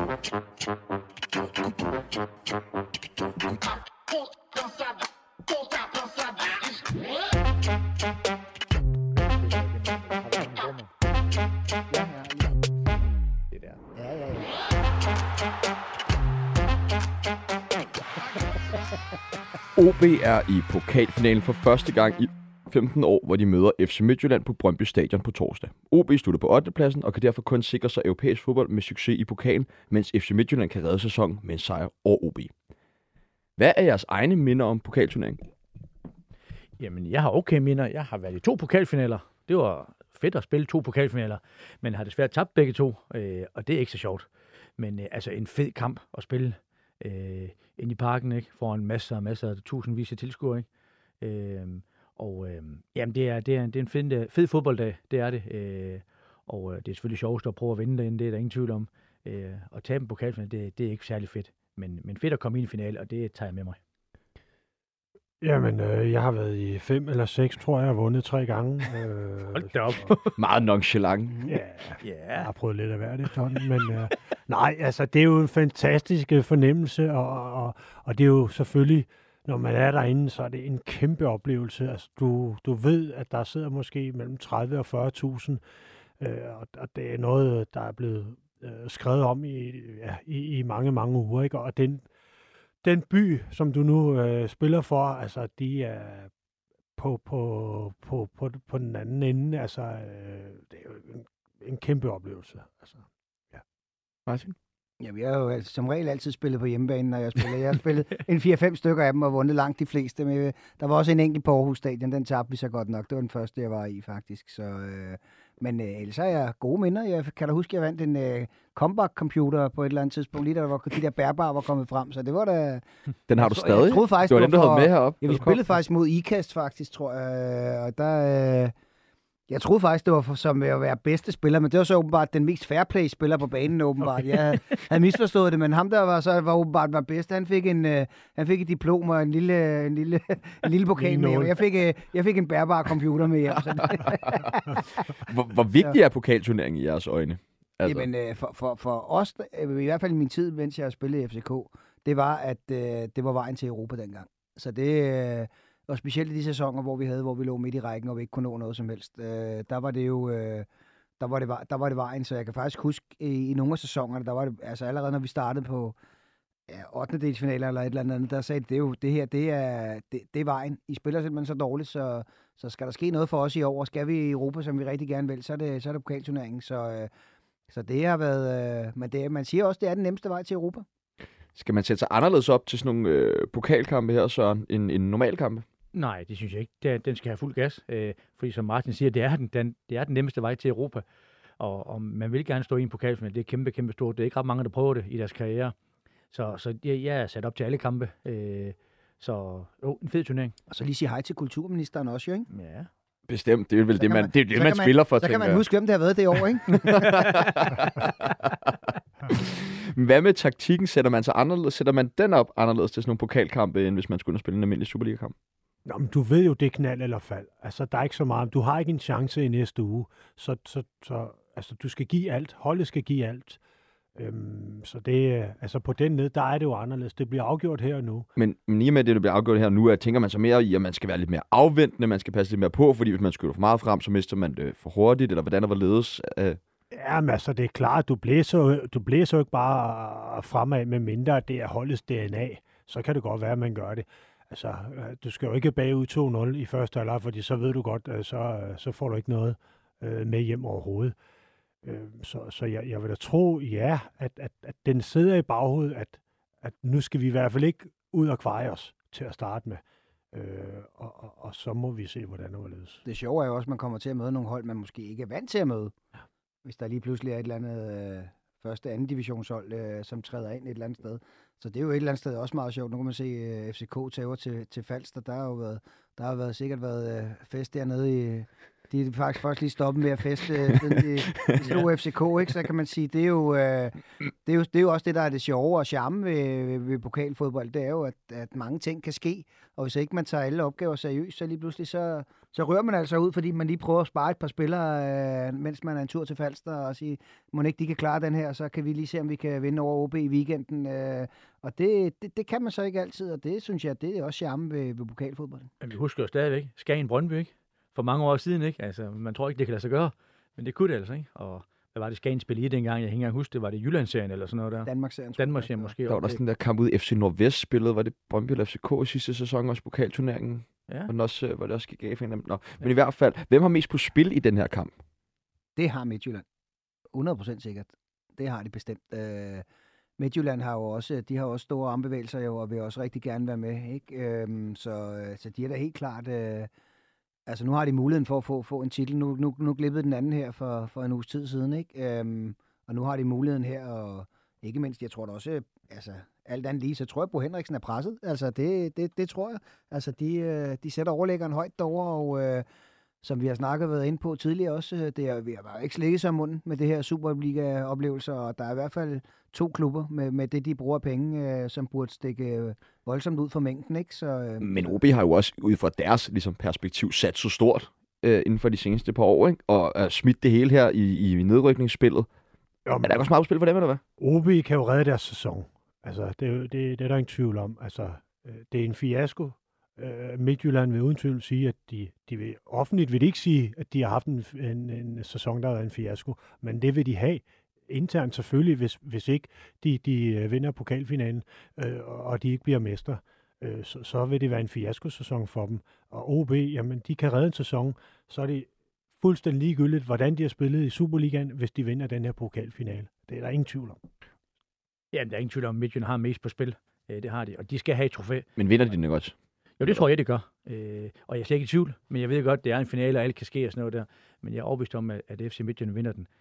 Det der. Ja. OB er i pokalfinalen for første gang i 15 år, hvor de møder FC Midtjylland på Brøndby Stadion på torsdag. OB slutter på 8. pladsen og kan derfor kun sikre sig europæisk fodbold med succes i pokalen, mens FC Midtjylland kan redde sæsonen med en sejr over OB. Hvad er jeres egne minder om pokalturneringen? Jamen, jeg har okay minder. Jeg har været i 2 pokalfinaler. Det var fedt at spille 2 pokalfinaler, men har desværre tabt begge 2, og det er ikke så sjovt. Men altså en fed kamp at spille ind i parken, ikke? Foran masser af tusindvis af tilskuere, ikke? Jamen, det er en fed fodbolddag, det er det. Og det er selvfølgelig sjovest at prøve at vinde derinde, det er der ingen tvivl om. At tabe en pokalfinale, det er ikke særlig fedt. Men fedt at komme ind i finale, og det tager jeg med mig. Jamen, jeg har været i 5 eller 6, tror jeg, og vundet 3 gange. Hold da op. Meget nonchalant. Jeg har prøvet lidt af hvert det sådan, men nej, altså det er jo en fantastisk fornemmelse, og det er jo selvfølgelig, når man er derinde, så er det en kæmpe oplevelse. Altså du ved, at der sidder måske mellem 30 og 40.000, og det er noget, der er blevet skrevet om i mange, mange uger, ikke? Og den by, som du nu spiller for, altså de er på den anden ende, altså det er jo en kæmpe oplevelse. Altså, ja. Martin? Ja, vi har jo som regel altid spillet på hjemmebane, når jeg spiller. Jeg har spillet en 4-5 stykker af dem og vundet langt de fleste. Men der var også en enkelt på Aarhus Stadion, den tabte vi så godt nok. Det var den første, jeg var i faktisk. Så, men ellers har jeg gode minder. Jeg kan da huske, at jeg vandt en comeback-computer på et eller andet tidspunkt, lige da de der bærbare var kommet frem. Så det var da... Den har du stadig? Jeg troede faktisk, det var dem, der havde med heroppe. Ja, vi spillede faktisk mod IKAST faktisk, tror jeg. Og der... Jeg troede faktisk, det var som at være bedste spiller, men det var så åbenbart den mest fair play-spiller på banen, åbenbart. Okay. Jeg havde misforstået det, men ham, der var åbenbart var bedst, han fik et diplom og en lille pokal med hjem. Jeg fik en bærbar computer med hjem. Hvor vigtig er pokalturneringen i jeres øjne? Altså. Jamen, for os, i hvert fald i min tid, mens jeg spillede i FCK, det var, at det var vejen til Europa dengang. Så det... Og specielt i de sæsoner, hvor vi lå midt i rækken, og vi ikke kunne nå noget som helst. Der var det jo der var det vejen, så jeg kan faktisk huske, i nogle af sæsonerne, der var det, altså allerede når vi startede på 8. delsfinaler eller et eller andet, der sagde det er vejen. I spiller simpelthen så dårligt, så skal der ske noget for os i år, og skal vi i Europa, som vi rigtig gerne vil, så er det pokalturneringen. Så det har været, men man siger også, det er den nemmeste vej til Europa. Skal man sætte sig anderledes op til sådan nogle pokalkampe her, Søren, end normal kampe? Nej, det synes jeg ikke. Den skal have fuld gas, fordi som Martin siger, det er den nemmeste vej til Europa. Og man vil gerne stå i en pokalfinale. Det er kæmpe, kæmpe stort. Det er ikke ret mange, der prøver det i deres karriere. Så jeg er sat op til alle kampe. Så en fed turnering. Og så lige sige hej til kulturministeren også, jo, ikke? Ja. Bestemt. Det er vel det, man spiller for. Så kan man huske, hvem det har været det år, ikke? Hvad med taktikken? Sætter man den op anderledes til sådan nogle pokalkampe, end hvis man skulle spille en almindelig Superliga-kamp? Nå, men du ved jo, det er knald eller fald. Altså, der er ikke så meget. Du har ikke en chance i næste uge. Så altså, du skal give alt. Holdet skal give alt. Så det, altså på den ned, der er det jo anderledes. Det bliver afgjort her og nu. Men i og med det bliver afgjort her og nu, tænker man så mere i, at man skal være lidt mere afventende, man skal passe lidt mere på, fordi hvis man skyder for meget frem, så mister man det for hurtigt, eller hvordan der var ledes. Jamen altså, det er klart, du blæser jo ikke bare fremad, med mindre det er holdets DNA. Så kan det godt være, at man gør det. Altså, du skal jo ikke bagud 2-0 i første halvleg, fordi så ved du godt, at så får du ikke noget med hjem overhovedet. Så jeg vil da tro, ja, at den sidder i baghovedet, at nu skal vi i hvert fald ikke ud og kveje os til at starte med. Og så må vi se, hvordan det var ledes. Det sjove er jo også, at man kommer til at møde nogle hold, man måske ikke er vant til at møde. Hvis der lige pludselig er et eller andet første- og anden divisionshold, som træder ind et eller andet sted. Så det er jo et eller andet sted også meget sjovt. Nu kan man se FCK tager til Falster. Der har sikkert været fest dernede i... De er faktisk lige stoppet med at feste de slog FCK, ikke? Så kan man sige, det er jo også det, der er det sjove og charme ved pokalfodbold. Det er jo, at mange ting kan ske, og hvis ikke man tager alle opgaver seriøst, så lige pludselig så så rører man altså ud, fordi man lige prøver at spare et par spillere, mens man er en tur til Falster, og sige, må ikke de kan klare den her, så kan vi lige se, om vi kan vinde over OB i weekenden. Og det kan man så ikke altid, og det synes jeg, det er også charme ved pokalfodbold. Men vi husker jo stadigvæk Skagen Brøndby, ikke? For mange år siden, ikke? Altså, man tror ikke, det kan lade sig gøre, men det kunne det altså, ikke? Og hvad var det Skagen spillede i dengang? Jeg kan ikke engang huske det. Var det Jyllandsserien eller sådan noget der? Danmarksserien måske. Der var der sådan der kamp ud i FC Nordvest spillet. Var det Brøndby eller FCK i sidste sæson, også pokalturneringen? Ja. Og også, var det også gik af for en. Men i hvert fald, hvem har mest på spil i den her kamp? Det har Midtjylland. 100% sikkert. Det har de bestemt. Midtjylland har jo også, de har også store armbevægelser jo, og vil også rigtig gerne være med, ikke? Så de er da helt klart. Altså nu har de muligheden for at få en titel. Nu glippede den anden her for en uges tid siden, ikke? Og nu har de muligheden her, og ikke mindst, jeg tror da også, altså alt andet lige, så tror jeg, Bo Henriksen er presset. Altså det tror jeg. Altså de sætter overlæggeren højt derovre, og som vi har været inde på tidligere også, vi har bare ikke slikket sig om munden med det her Superliga-oplevelser, og der er i hvert fald 2 klubber med det, de bruger penge, som burde stikke voldsomt ud for mængden, ikke? Men OB har jo også ud fra deres ligesom, perspektiv sat så stort inden for de seneste par år, ikke? Og smidt det hele her i nedrykningsspillet. Er der også meget på spil for dem, eller hvad? OB kan jo redde deres sæson. Altså, det er der ingen tvivl om. Altså, det er en fiasko. Midtjylland vil uden tvivl sige, at de vil offentligt vil de ikke sige, at de har haft en sæson, der har været en fiasko. Men det vil de have internt selvfølgelig, hvis ikke de vinder pokalfinalen, og de ikke bliver mestre. Så vil det være en fiasko-sæson for dem. Og OB, jamen, de kan redde en sæson, så er det fuldstændig ligegyldigt, hvordan de har spillet i Superligaen, hvis de vinder den her pokalfinale. Det er der ingen tvivl om. Jamen, der er ingen tvivl om, at Midtjylland har mest på spil. Det har de, og de skal have et trofæ. Men vinder de den godt? Jo, det tror jeg, det gør. Og jeg er slet ikke i tvivl, men jeg ved godt, det er en finale, og alt kan ske og sådan noget der. Men jeg er overbevist om, at FC Midtjylland vinder den.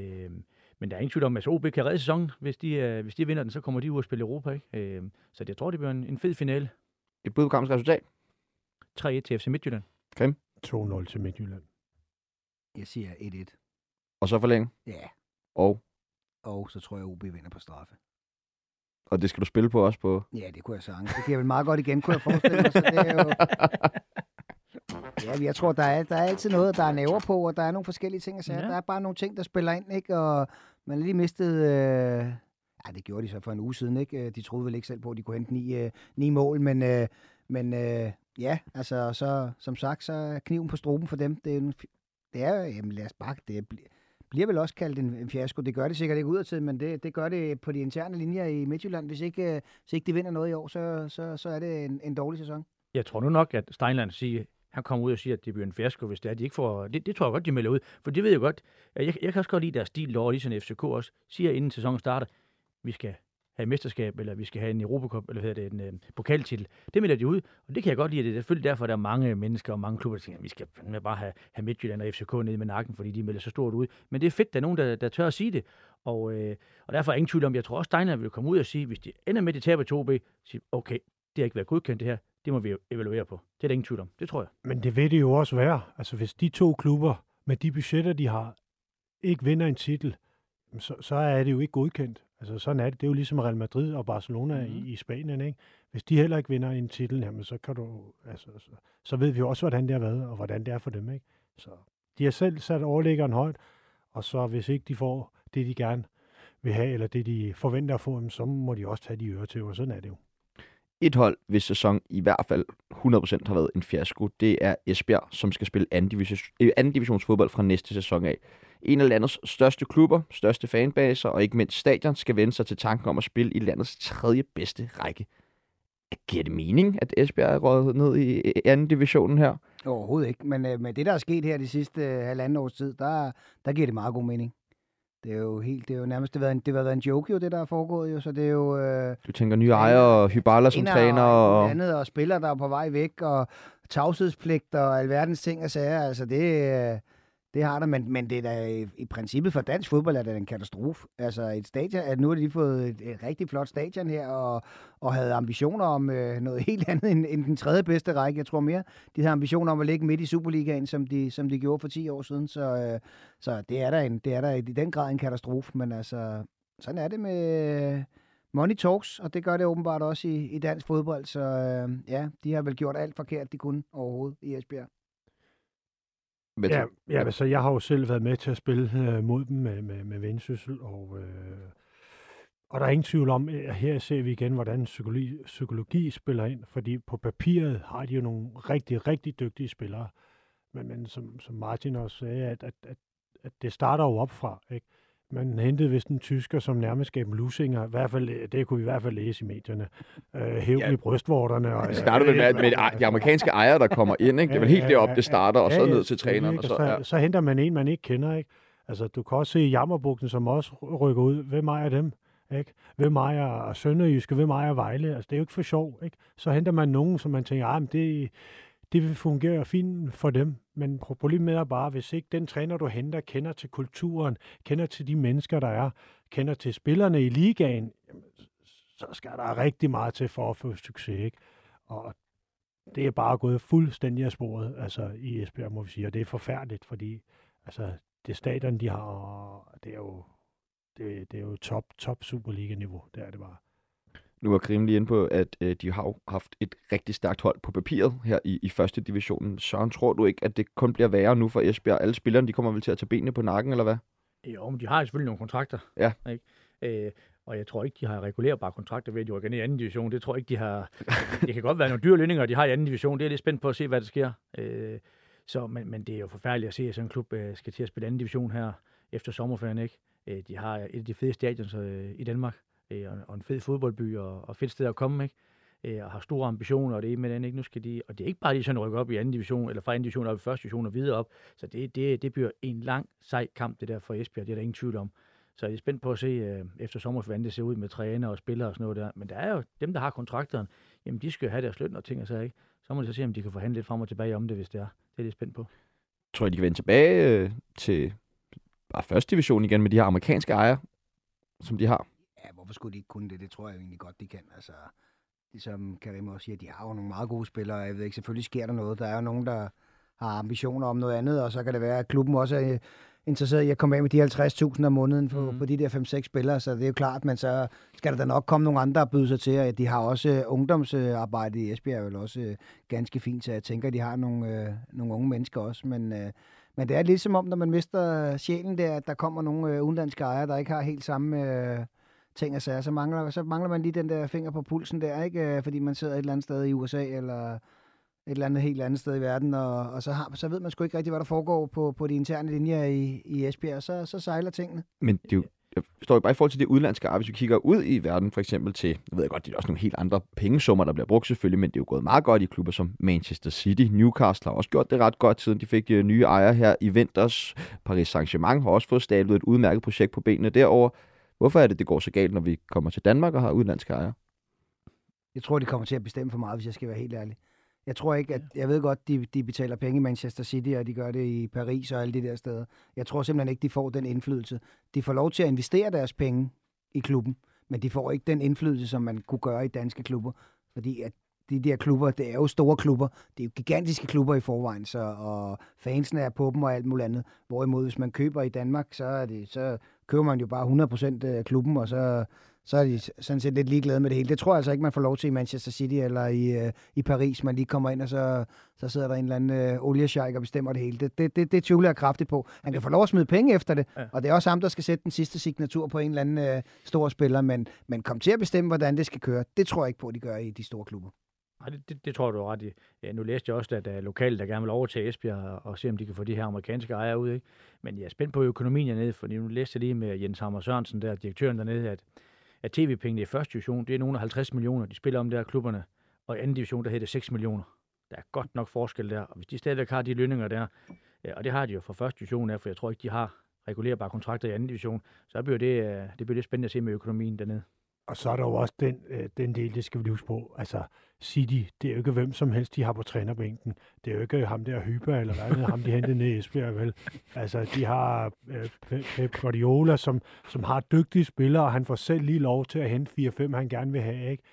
Men der er ingen tvivl om, at OB kan redde sæsonen. Hvis de vinder den, så kommer de ud og spille Europa, ikke? Så jeg tror, det bliver en fed finale. Et bud på kampens resultat? 3-1 til FC Midtjylland. Krim? 2-0 til Midtjylland. Jeg siger 1-1. Og så forlænge? Ja. Og så tror jeg, OB vinder på straffe. Og det skal du spille på også på? Ja, det kunne jeg sagtens. Det giver vel meget godt igen, kunne jeg forestille mig. Så det er jo... Ja, jeg tror, der er altid noget, der er næver på, og der er nogle forskellige ting at sige. Ja. Der er bare nogle ting, der spiller ind, ikke? Og man har lige mistet... Ja, det gjorde de så for en uge siden, ikke? De troede vel ikke selv på, at de kunne hente 9 mål, men ja, altså, så, som sagt, så er kniven på struben for dem. Det er jamen lad os bare... Det bliver vel også kaldt en fiasko. Det gør det sikkert ikke udadtil, men det gør det på de interne linjer i Midtjylland. Hvis ikke de vinder noget i år, så er det en dårlig sæson. Jeg tror nu nok, at Steinland siger, han kommer ud og siger, at det bliver en fiasko, hvis det er, de ikke får... Det tror jeg godt, de melder ud. For det ved jeg godt. Jeg kan også godt lide deres stil derovre, ligesom FCK også siger, inden sæsonen starter, vi skal have mesterskab, eller vi skal have en Europacup, eller en pokaltitel. Det melder de ud, og det kan jeg godt lide. Det er selvfølgelig derfor, der er mange mennesker og mange klubber, der tænker, at vi skal bare have Midtjylland og FCK nede med nakken, fordi de melder så stort ud. Men det er fedt, der er nogen, der tør at sige det. Og derfor er ingen tvivl om, jeg tror også, Steiner vil komme ud og sige, hvis de ender med, det taber til OB, sige, okay, det har ikke været godkendt det her, det må vi evaluere på. Det er der ingen tvivl om, det tror jeg. Men det vil det jo også være. Altså hvis de 2 klubber, med de budgetter, de har, ikke vinder en titel, så er det jo ikke godkendt. Altså sådan er det. Det er jo ligesom Real Madrid og Barcelona i Spanien, ikke? Hvis de heller ikke vinder en titel, jamen så kan du, altså, så ved vi jo også, hvordan det har været, og hvordan det er for dem, ikke? Så de har selv sat overlæggeren højt, og så hvis ikke de får det, de gerne vil have, eller det, de forventer at få, så må de også tage de øre til, og sådan er det jo. Et hold, hvis sæson i hvert fald 100% har været en fiasko, det er Esbjerg, som skal spille anden divisionsfodbold fra næste sæson af. En af landets største klubber, største fanbaser og ikke mindst stadion skal vende sig til tanken om at spille i landets 3. bedste række. Giver det mening, at Esbjerg er røget ned i anden divisionen her? Overhovedet ikke, men med det, der er sket her de sidste halvanden års tid, der giver det meget god mening. Det er jo nærmest, det har været en joke jo, det der er foregået jo, så det er jo... Du tænker nye ejere og Hyballa som træner og andet, og spillere, der er på vej væk, og tavshedspligt og alverdens ting og sager, altså det har der, men det er da i princippet for dansk fodbold er det en katastrofe. Altså et stadion, at nu har de lige fået et rigtig flot stadion her, og havde ambitioner om noget helt andet end den 3. bedste række. Jeg tror mere, de havde ambitioner om at ligge midt i Superligaen, som de gjorde for 10 år siden. Så det er der i den grad en katastrofe, men altså, sådan er det med money talks, og det gør det åbenbart også i dansk fodbold. Så ja, de har vel gjort alt forkert, de kunne overhovedet i Esbjerg. Altså jeg har jo selv været med til at spille mod dem med Vendsyssel, og der er ingen tvivl om, at her ser vi igen, hvordan psykologi spiller ind, fordi på papiret har de jo nogle rigtig, rigtig dygtige spillere, men som Martin også sagde, at det starter jo op fra, ikke? Man hentede vist en tysker, som nærmest gav dem lusinger. I hvert fald, det kunne vi i hvert fald læse i medierne. Hævn i brystvorterne. Og, det starter med de amerikanske ejere, der kommer ind. Ikke? Det er vel helt deroppe, det starter, og så ned til træneren. Og så henter man en, man ikke kender. Ikke? Altså, du kan også se Jammerbugten, som også rykker ud. Hvem ejer dem? Ikke? Hvem ejer Sønderjyske? Hvem ejer Vejle? Altså, det er jo ikke for sjov. Ikke? Så henter man nogen, som man tænker, men det vil fungere fint for dem, men problemet er bare, hvis ikke den træner, du henter, kender til kulturen, kender til de mennesker, der er, kender til spillerne i ligaen, så skal der rigtig meget til for at få succes, ikke? Og det er bare gået fuldstændig af sporet, altså i Esbjerg, må vi sige, og det er forfærdeligt, fordi altså, det stadion, de har, det er jo top Superliga-niveau, det er det bare. Nu var Karim lige inde på, at de har haft et rigtig stærkt hold på papiret her i første divisionen. Søren, tror du ikke, at det kun bliver værre nu for Esbjerg? Alle spillerne, de kommer vel til at tage benene på nakken, eller hvad? Jo, men de har selvfølgelig nogle kontrakter. Ja. Ikke? Og jeg tror ikke, de har regulerbare kontrakter ved, at de rykker ned i anden division. Det tror jeg ikke, de har. Det kan godt være nogle dyre lønninger, de har i anden division. Det er lidt spændt på at se, hvad der sker. Men det er jo forfærdeligt at se, at sådan en klub skal til at spille anden division her efter sommerferien. Ikke? De har et af de fede stadions i Danmark. Og en fed fodboldby og fedt sted at komme, ikke? Og har store ambitioner, og det er med den, ikke? Nu skal de, og det er ikke bare de sådan rykker op i anden division, eller fra anden division op i første division og videre op, så det bliver en lang, sej kamp, det der for Esbjerg, det er der ingen tvivl om. Så jeg er spændt på at se efter sommerferien, hvordan det ser ud med træner og spillere og sådan noget der, men der er jo dem, der har kontrakteren, jamen de skal jo have deres løn og ting og så, ikke? Så må de så se, om de kan forhandle lidt frem og tilbage om det, hvis det er. Det er lidt spændt på. Tror I, de kan vende tilbage til bare første division igen med de her amerikanske ejere, som de har? Ja, hvorfor skulle de ikke kunne det? Det tror jeg jo egentlig godt, de kan. Altså, ligesom Karim også siger, de har jo nogle meget gode spillere. Jeg ved ikke, selvfølgelig sker der noget. Der er jo nogen, der har ambitioner om noget andet, og så kan det være, at klubben også er interesseret i at komme af med de 50.000 om måneden på de der 5-6 spillere. Så det er jo klart, men så skal der da nok komme nogle andre, der byder sig til. De har også ungdomsarbejde i Esbjerg, vel også ganske fint, så jeg tænker, at de har nogle unge mennesker også. Men det er lidt som om, når man mister sjælen der, at der kommer nogle udenlandske ejere, der ikke har helt samme ting og sager, så mangler man lige den der finger på pulsen der, ikke? Fordi man sidder et eller andet sted i USA, eller et eller andet helt andet sted i verden, og så ved man sgu ikke rigtig, hvad der foregår på de interne linjer i Esbjerg, så sejler tingene. Men det er jo, jeg forstår jo bare i forhold til det udlandske arbejde, hvis vi kigger ud i verden, for eksempel til, jeg ved godt, det er også nogle helt andre pengesummer, der bliver brugt selvfølgelig, men det er jo gået meget godt i klubber som Manchester City. Newcastle har også gjort det ret godt, siden de fik de nye ejere her i vinters. Paris Saint-Germain har også fået stablet et udmærket projekt på benene derovre. Hvorfor er det går så galt, når vi kommer til Danmark og har udenlandske ejere? Jeg tror, de kommer til at bestemme for meget, hvis jeg skal være helt ærlig. Jeg tror ikke, at jeg ved godt, de betaler penge i Manchester City, og de gør det i Paris og alle de der steder. Jeg tror simpelthen ikke, de får den indflydelse. De får lov til at investere deres penge i klubben, men de får ikke den indflydelse, som man kunne gøre i danske klubber. Fordi at de der klubber, det er jo store klubber. Det er jo gigantiske klubber i forvejen, og fansene er på dem og alt muligt andet. Hvorimod, hvis man køber i Danmark, så køber man jo bare 100% af klubben, og så er de sådan set lidt ligeglade med det hele. Det tror jeg altså ikke, man får lov til i Manchester City eller i Paris. Man lige kommer ind, og så sidder der en eller anden oliesjejk og bestemmer det hele. Det tvivler jeg kraftigt på. Han kan få lov at smide penge efter det, og det er også ham, der skal sætte den sidste signatur på en eller anden stor spiller, men kom til at bestemme, hvordan det skal køre. Det tror jeg ikke på, at de gør i de store klubber. Nej, det tror du er ret i. Ja, nu læste jeg også, at der er lokale, der gerne vil overtage Esbjerg og se, om de kan få de her amerikanske ejere ud. Ikke? Men jeg er spændt på økonomien hernede, fordi nu læste jeg lige med Jens Hammer Sørensen, der direktøren dernede, at tv-pengene i første division, det er nogle af 50 millioner, de spiller om der klubberne, og i anden division, der hedder det 6 millioner. Der er godt nok forskel der, og hvis de stadigvæk har de lønninger der, og det har de jo fra første division af, for jeg tror ikke, de har regulerbare kontrakter i anden division, så bliver det bliver spændende at se med økonomien dernede. Og så er der jo også den del, det skal vi huske på. Altså, City, det er jo ikke hvem som helst, de har på trænerbænken. Det er jo ikke ham der Hyper, eller hvad det er, ham de hentede ned i Esbjerg, vel? Altså, de har Pep Guardiola, som har dygtige spillere, og han får selv lige lov til at hente 4-5, han gerne vil have, ikke?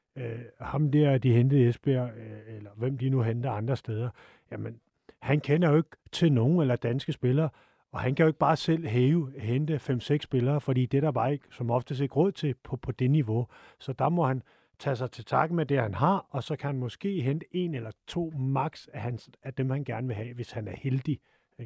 Ham der, de hentede i Esbjerg, eller hvem de nu henter andre steder, jamen, han kender jo ikke til nogen eller danske spillere, og han kan jo ikke bare selv hente 5-6 spillere, fordi det er der bare ikke, som oftest ikke råd til på det niveau. Så der må han tage sig til takke med det, han har, og så kan han måske hente 1 eller 2 max af dem, han gerne vil have, hvis han er heldig.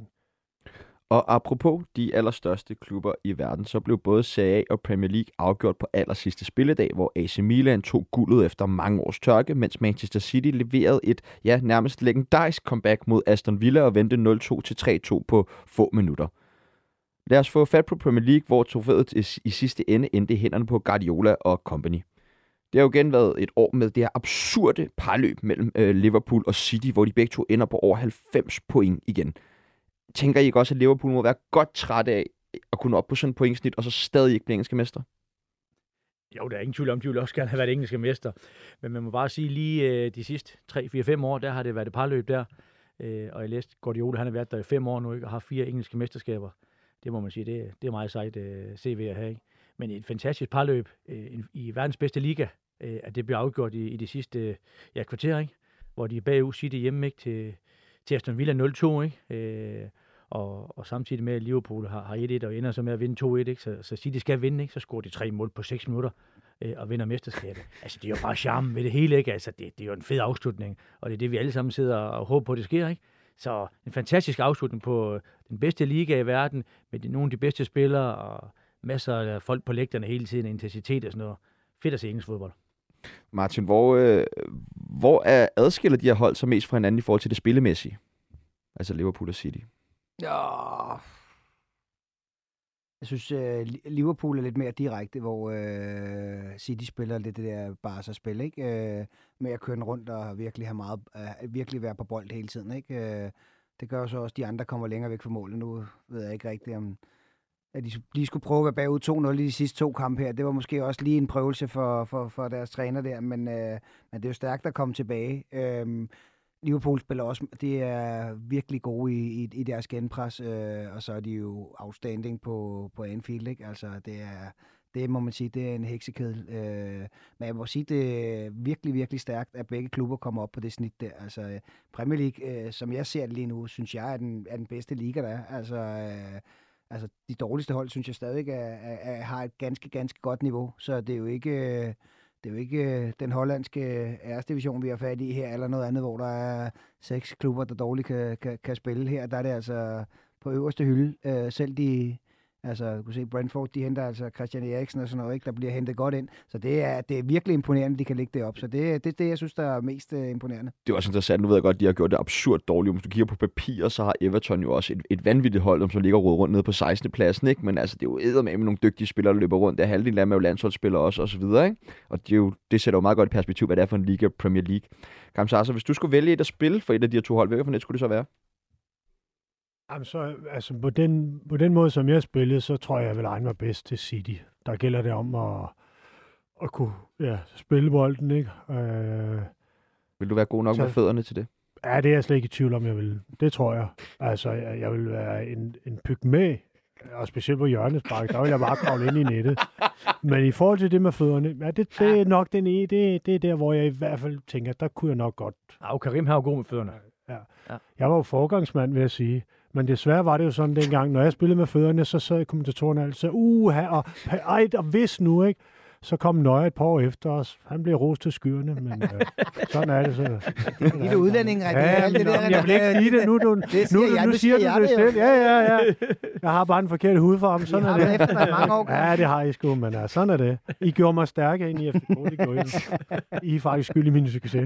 Og apropos de allerstørste klubber i verden, så blev både Serie A og Premier League afgjort på allersidste spilledag, hvor AC Milan tog guldet efter mange års tørke, mens Manchester City leverede et nærmest legendarisk comeback mod Aston Villa og vendte 0-2 til 3-2 på få minutter. Lad os få fat på Premier League, hvor trofæet i sidste ende endte i hænderne på Guardiola og company. Det har jo igen været et år med det her absurde parløb mellem Liverpool og City, hvor de begge to ender på over 90 point igen. Tænker I ikke også, at Liverpool må være godt træt af at kunne op på sådan en pointsnit, og så stadig ikke blive engelske mester? Jo, der er ingen tvivl om, de vil også gerne have været engelske mester. Men man må bare sige, lige de sidste 3-4-5 år, der har det været et parløb der. Og jeg læste Guardiola, han har været der i 5 år nu, ikke, og har 4 engelske mesterskaber. Det må man sige, det er meget sejt CV at have. Ikke? Men et fantastisk parløb i verdens bedste liga, at det bliver afgjort i de sidste kvarter, ikke? Hvor de er bagud City hjemme, ikke, til Aston Villa 0-2, ikke? Og samtidig med, at Liverpool har 1-1 og ender så med at vinde 2-1, ikke? Så City skal vinde, ikke? Så scorer de 3 mål på 6 minutter og vinder mesterskabet. Altså, det er jo bare charmen ved det hele, ikke? Altså, det er jo en fed afslutning, og det er det, vi alle sammen sidder og håber på, at det sker, ikke? Så en fantastisk afslutning på den bedste liga i verden, med nogle af de bedste spillere, og masser af folk på lægterne hele tiden, intensitet og sådan noget. Fedt at se engelsk fodbold. Martin, hvor adskiller de her hold så mest fra hinanden i forhold til det spillemæssige? Altså Liverpool og City. Ja. Jeg synes, Liverpool er lidt mere direkte, hvor City spiller lidt det der Barca-spil, ikke? Med at køre rundt og virkelig have meget, virkelig være på bold hele tiden, ikke? Det gør så også, at de andre kommer længere væk fra målet. Nu ved jeg ikke rigtigt, om at de lige skulle prøve at være bagud 2-0 i de sidste 2 kampe her. Det var måske også lige en prøvelse for deres træner der, men det er jo stærkt at komme tilbage. Liverpool spiller også, det er virkelig gode i deres genpres, og så er de jo outstanding på Anfield, ikke? Altså, det må man sige, det er en heksekedel. Men jeg må sige, det er virkelig, virkelig stærkt, at begge klubber kommer op på det snit der. Altså, Premier League, som jeg ser det lige nu, synes jeg er den bedste liga, der er. Altså, de dårligste hold, synes jeg stadig har et ganske, ganske godt niveau, så det er jo ikke den hollandske æresdivision, vi har fat i her, eller noget andet, hvor der er 6 klubber, der dårligt kan spille her. Der er det altså på øverste hylde. Selv de, altså du kan se Brentford, de henter altså Christian Eriksen og sådan noget, ikke, der bliver hentet godt ind. Så det er virkelig imponerende, de kan lægge det op. Så det er det, jeg synes, der er mest imponerende. Det er også interessant, nu ved jeg godt, de har gjort det absurd dårligt. Hvis du kigger på papir, så har Everton jo også et vanvittigt hold, som ligger rodet rundt nede på 16. pladsen, ikke? Men altså, det er jo eddermame med nogle dygtige spillere, der løber rundt. Der er halvdelen af dem er jo landsholdsspillere også, og så videre, ikke? Og det sætter jo meget godt i perspektiv, hvad det er for en liga, Premier League. Kamsasa, hvis du skulle vælge et at spille for et af de her 2 hold, hvilket for net skulle det så være? Jamen så, altså på den måde, som jeg spillede, så tror jeg vil egne mig bedst til City. Der gælder det om at kunne spille bolden, ikke? Vil du være god nok med fødderne til det? Ja, det er jeg slet ikke i tvivl om, jeg vil. Det tror jeg. Altså, jeg vil være en pygmæ, og specielt på hjørnespark, der vil jeg bare kravle ind i nettet. Men i forhold til det med fødderne, ja, det er nok det er der, hvor jeg i hvert fald tænker, der kunne jeg nok godt. Ja, Karim har jo god med fødderne. Ja. Jeg var jo forgangsmand, vil jeg sige. Men desværre var det jo sådan dengang, når jeg spillede med fødderne, så sad kommentatorerne altid og hvis nu, ikke? Så kom Nøje et par år efter os. Han blev rost til skyerne, men sådan er det så. I det udlænding, jeg vil ikke sige det. Nu siger du det selv. Ja. Jeg har bare en forkert hudfarve. Sådan er det. Efter mange år. Ja, det har I sgu, men sådan er det. I gjorde mig stærkere ind i FCK. I er faktisk skyld i min succes.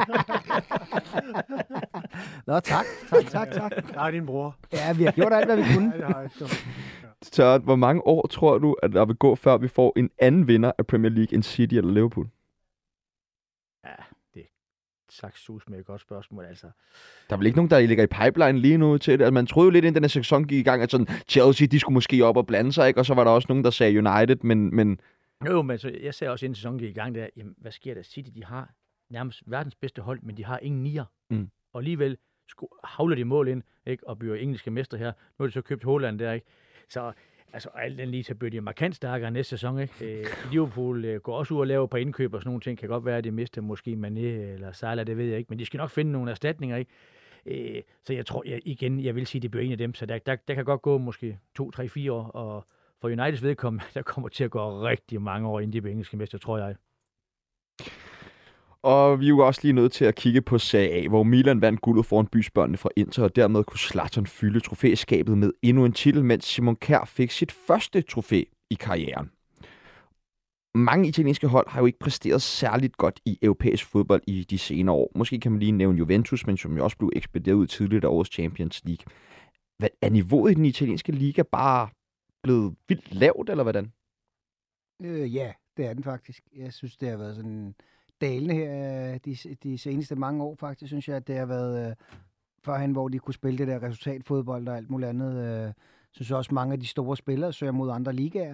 Nå, tak. Der er din bror. Ja, vi har gjort alt, hvad vi kunne. Ja, det har jeg sgu. Så hvor mange år tror du, at der vil gå, før vi får en anden vinder af Premier League end City eller Liverpool? Ja, det er sagssus med et godt spørgsmål, altså. Der er vel ikke nogen, der ligger i pipeline lige nu til det? Altså, man troede jo lidt, inden den her sæson gik i gang, at sådan, Chelsea, de skulle måske op og blande sig, ikke? Og så var der også nogen, der sagde United, men... Jo, men så, jeg sagde også, inden sæsonen gik i gang, der, jamen, hvad sker der? City, de har nærmest verdens bedste hold, men de har ingen nier. Mm. Og alligevel havler de mål ind, ikke? Og bliver engelske mester her. Nu har de så købt Haaland der, ikke? Så altså, alt den lige, så bliver de markant stærkere næste sæson, ikke? Liverpool går også ud og laver på indkøb og sådan nogle ting. Kan godt være, at de mister måske Mané eller Salah, det ved jeg ikke. Men de skal nok finde nogle erstatninger, ikke? Så jeg tror, jeg vil sige, at det bliver en af dem. Så der kan godt gå måske 2, 3, 4 år. Og for Uniteds vedkommende, der kommer til at gå rigtig mange år, inden de bliver engelske mester, tror jeg. Og vi er jo også lige nødt til at kigge på Serie A, hvor Milan vandt guldet foran bysbørnene fra Inter, og dermed kunne Zlatan fylde trofæskabet med endnu en titel, mens Simon Kjær fik sit første trofæ i karrieren. Mange italienske hold har jo ikke præsteret særligt godt i europæisk fodbold i de senere år. Måske kan man lige nævne Juventus, men som jo også blev ekspederet ud tidligt af årets Champions League. Er niveauet i den italienske liga bare blevet vildt lavt, eller hvordan? Ja, det er den faktisk. Jeg synes, det har været sådan dalende her de seneste mange år faktisk, synes jeg, at det har været førhen, hvor de kunne spille det der resultatfodbold og alt muligt andet. Synes også, mange af de store spillere søger mod andre ligaer.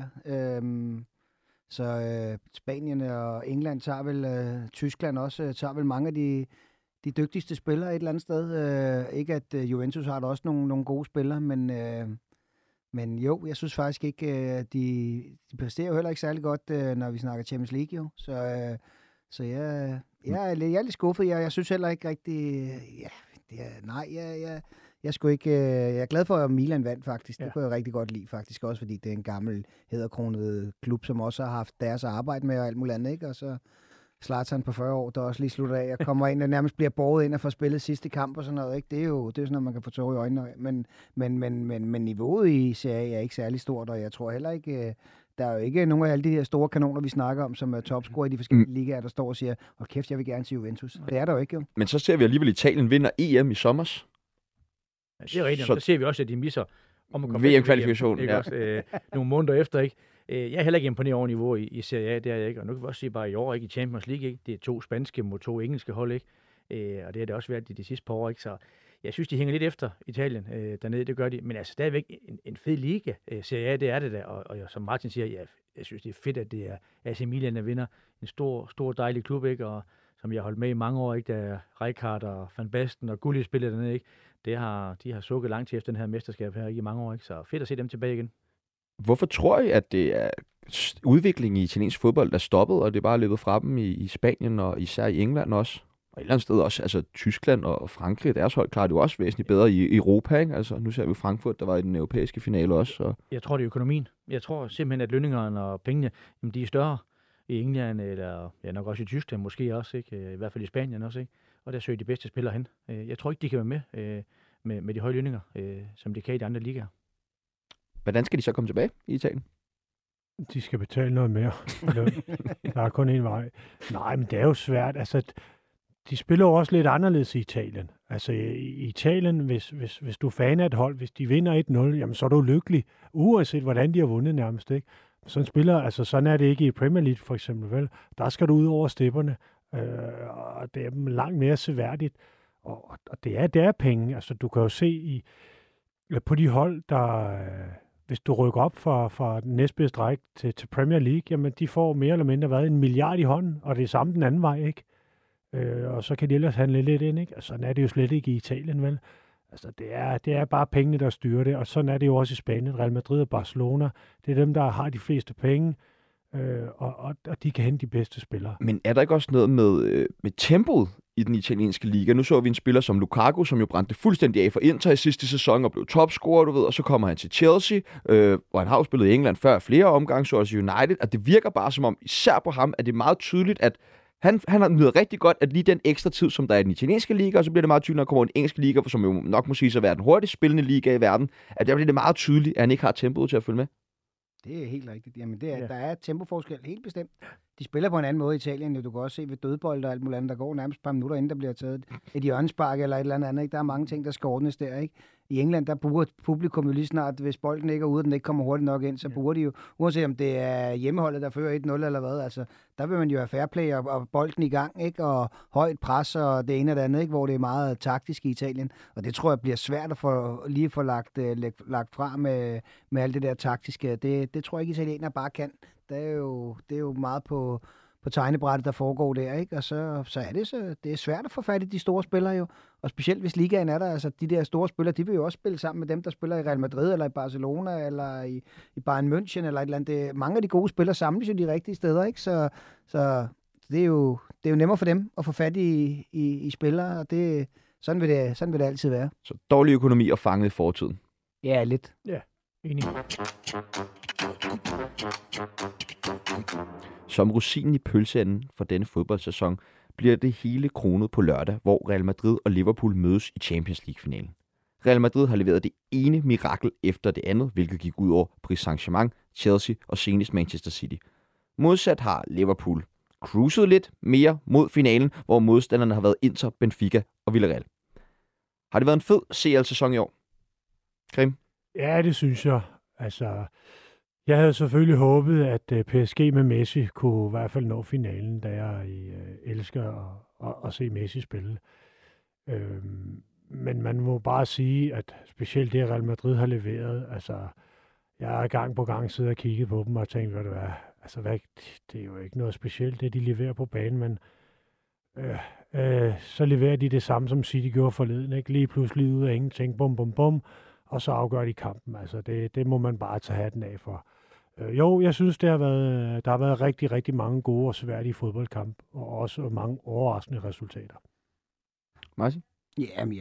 Så Spanien og England tager vel, Tyskland også, tager vel mange af de dygtigste spillere et eller andet sted. Ikke at Juventus har da også nogle gode spillere, men jo, jeg synes faktisk ikke, de præsterer jo heller ikke særlig godt, når vi snakker Champions League jo. Så jeg er lidt skuffet. Jeg synes heller ikke rigtig... Jeg er glad for, at Milan vandt faktisk. Det kunne jeg rigtig godt lide faktisk også, fordi det er en gammel hæderkronet klub, som også har haft deres arbejde med og alt muligt andet, ikke? Og så Zlatan på 40 år, der også lige slutter af. Jeg kommer ind og nærmest bliver båret ind og får spillet sidste kamp og sådan noget, ikke? Det er jo sådan noget, man kan få tårer i øjnene af. Men niveauet i Serie A er ikke særlig stort, og jeg tror heller ikke... Der er jo ikke nogen af alle de her store kanoner, vi snakker om, som er topscorer i de forskellige ligaer, der står og siger, kæft, jeg vil gerne til Juventus. Det er der jo ikke, jo. Men så ser vi alligevel, Italien vinder EM i sommers. Ja, det er rigtigt, så ser vi også, at de misser om at komme VM-kvalifikationen, ja. Nogle måneder efter, ikke? Jeg er heller ikke imponeret over niveau i Serie A, det er jeg ikke. Og nu kan vi også sige bare i år, ikke? I Champions League, ikke? Det er 2 spanske mod 2 engelske hold, ikke? Og det har det også været de sidste par år, ikke? Så jeg synes, de hænger lidt efter Italien dernede, det gør de. Men altså stadigvæk en fed liga. Serie A, det er det der. Og som Martin siger, ja, jeg synes, det er fedt, at det er AC Milan, der vinder. En stor dejlig klub, ikke? Og som jeg har holdt med i mange år, ikke? Der er Rijkaard og Van Basten og Gulli spiller dernede, ikke? De har sukket langt til efter den her mesterskab her i mange år, ikke? Så fedt at se dem tilbage igen. Hvorfor tror I, at det er udviklingen i italiensk fodbold, der stoppet, og det er bare løbet fra dem i Spanien og især i England også? Og et eller andet sted også, altså Tyskland og Frankrig, deres hold klarer det jo også væsentligt bedre i Europa, ikke? Altså nu ser vi Frankfurt, der var i den europæiske finale også. Så. Jeg tror, det er økonomien. Jeg tror simpelthen, at lønningerne og pengene, jamen, de er større i England, eller ja, nok også i Tyskland måske også, ikke? I hvert fald i Spanien også, ikke? Og der søger de bedste spillere hen. Jeg tror ikke, de kan være med de høje lønninger, som de kan i de andre ligaer. Hvordan skal de så komme tilbage i Italien? De skal betale noget mere. Der er kun en vej. Nej, men det er jo svært. Altså, de spiller jo også lidt anderledes i Italien. Altså i Italien, hvis du er fan af et hold, hvis de vinder 1-0, jamen så er du lykkelig, uanset hvordan de har vundet nærmest, ikke? Sådan er det ikke i Premier League for eksempel, vel? Der skal du ud over stepperne, og det er langt mere seværdigt. Og det er penge. Altså du kan jo se på de hold, der... Hvis du rykker op fra den næstbedste række til Premier League, jamen de får mere eller mindre været 1 milliard i hånden, og det er samme den anden vej, ikke? Og så kan de ellers handle lidt ind, ikke? Altså, sådan er det jo slet ikke i Italien, vel? Altså, det er bare pengene, der styrer det, og sådan er det jo også i Spanien. Real Madrid og Barcelona, det er dem, der har de fleste penge, og de kan hente de bedste spillere. Men er der ikke også noget med tempoet i den italienske liga? Nu så vi en spiller som Lukaku, som jo brændte fuldstændig af for Inter i sidste sæson og blev topscorer, du ved, og så kommer han til Chelsea, hvor han har jo spillet i England før flere omgange, så også United, og det virker bare som om, især på ham, at det er meget tydeligt, at han har nydet rigtig godt, at lige den ekstra tid, som der er i den italienske liga, og så bliver det meget tydeligt, når der kommer en engelsk liga, som jo nok må sige at være den hurtigst spillende liga i verden, at der bliver det meget tydeligt, at han ikke har tempoet til at følge med. Det er helt rigtigt. Jamen, der er tempoforskel helt bestemt. De spiller på en anden måde i Italien. Du kan også se ved dødbold og alt muligt andet. Der går nærmest et par minutter, inden der bliver taget et hjørnespark eller et eller andet. Ikke? Der er mange ting, der skal ordnes der. Ikke? I England, der bruger publikum jo lige snart, hvis bolden ikke er ude, og den ikke kommer hurtigt nok ind, så bruger de jo, uanset om det er hjemmeholdet, der fører 1-0 eller hvad. Altså, der vil man jo have fair play og bolden i gang, ikke? Og højt pres og det ene og det andet, ikke? Hvor det er meget taktisk i Italien. Og det tror jeg bliver svært at få lagt fra med alt det der taktiske. Det tror jeg ikke, italienere bare kan. Det er jo meget på tegnebrættet, der foregår der, ikke? Og så er det er svært at få fat i de store spillere jo. Og specielt hvis ligaen er der, altså de der store spillere, de vil jo også spille sammen med dem, der spiller i Real Madrid, eller i Barcelona, eller i Bayern München, eller et eller andet. Mange af de gode spillere samles jo de rigtige steder, ikke? Så det er jo nemmere for dem at få fat i spillere, og sådan vil det altid være. Så dårlig økonomi og fanget i fortiden. Ja, lidt. Ja, enig. Som rosinen i pølseenden for denne fodboldsæson bliver det hele kronet på lørdag, hvor Real Madrid og Liverpool mødes i Champions League-finalen. Real Madrid har leveret det ene mirakel efter det andet, hvilket gik ud over Paris Saint-Germain, Chelsea og senest Manchester City. Modsat har Liverpool cruiset lidt mere mod finalen, hvor modstanderne har været Inter, Benfica og Villarreal. Har det været en fed CL-sæson i år? Grim? Ja, det synes jeg. Altså, jeg havde selvfølgelig håbet, at PSG med Messi kunne i hvert fald nå finalen, da jeg elsker at se Messi spille. Men man må bare sige, at specielt det, Real Madrid har leveret, altså, jeg har gang på gang siddet og kigget på dem og tænkt, hvad det er. Altså, det er jo ikke noget specielt, det de leverer på banen, men så leverer de det samme, som City gjorde forleden, ikke? Lige pludselig ud af ingenting, bum, bum, bum, og så afgør de kampen. Altså, det må man bare tage hatten af for. Jo, jeg synes, der har været rigtig, rigtig mange gode og sværdige fodboldkampe, og også mange overraskende resultater. Martin? Jamen,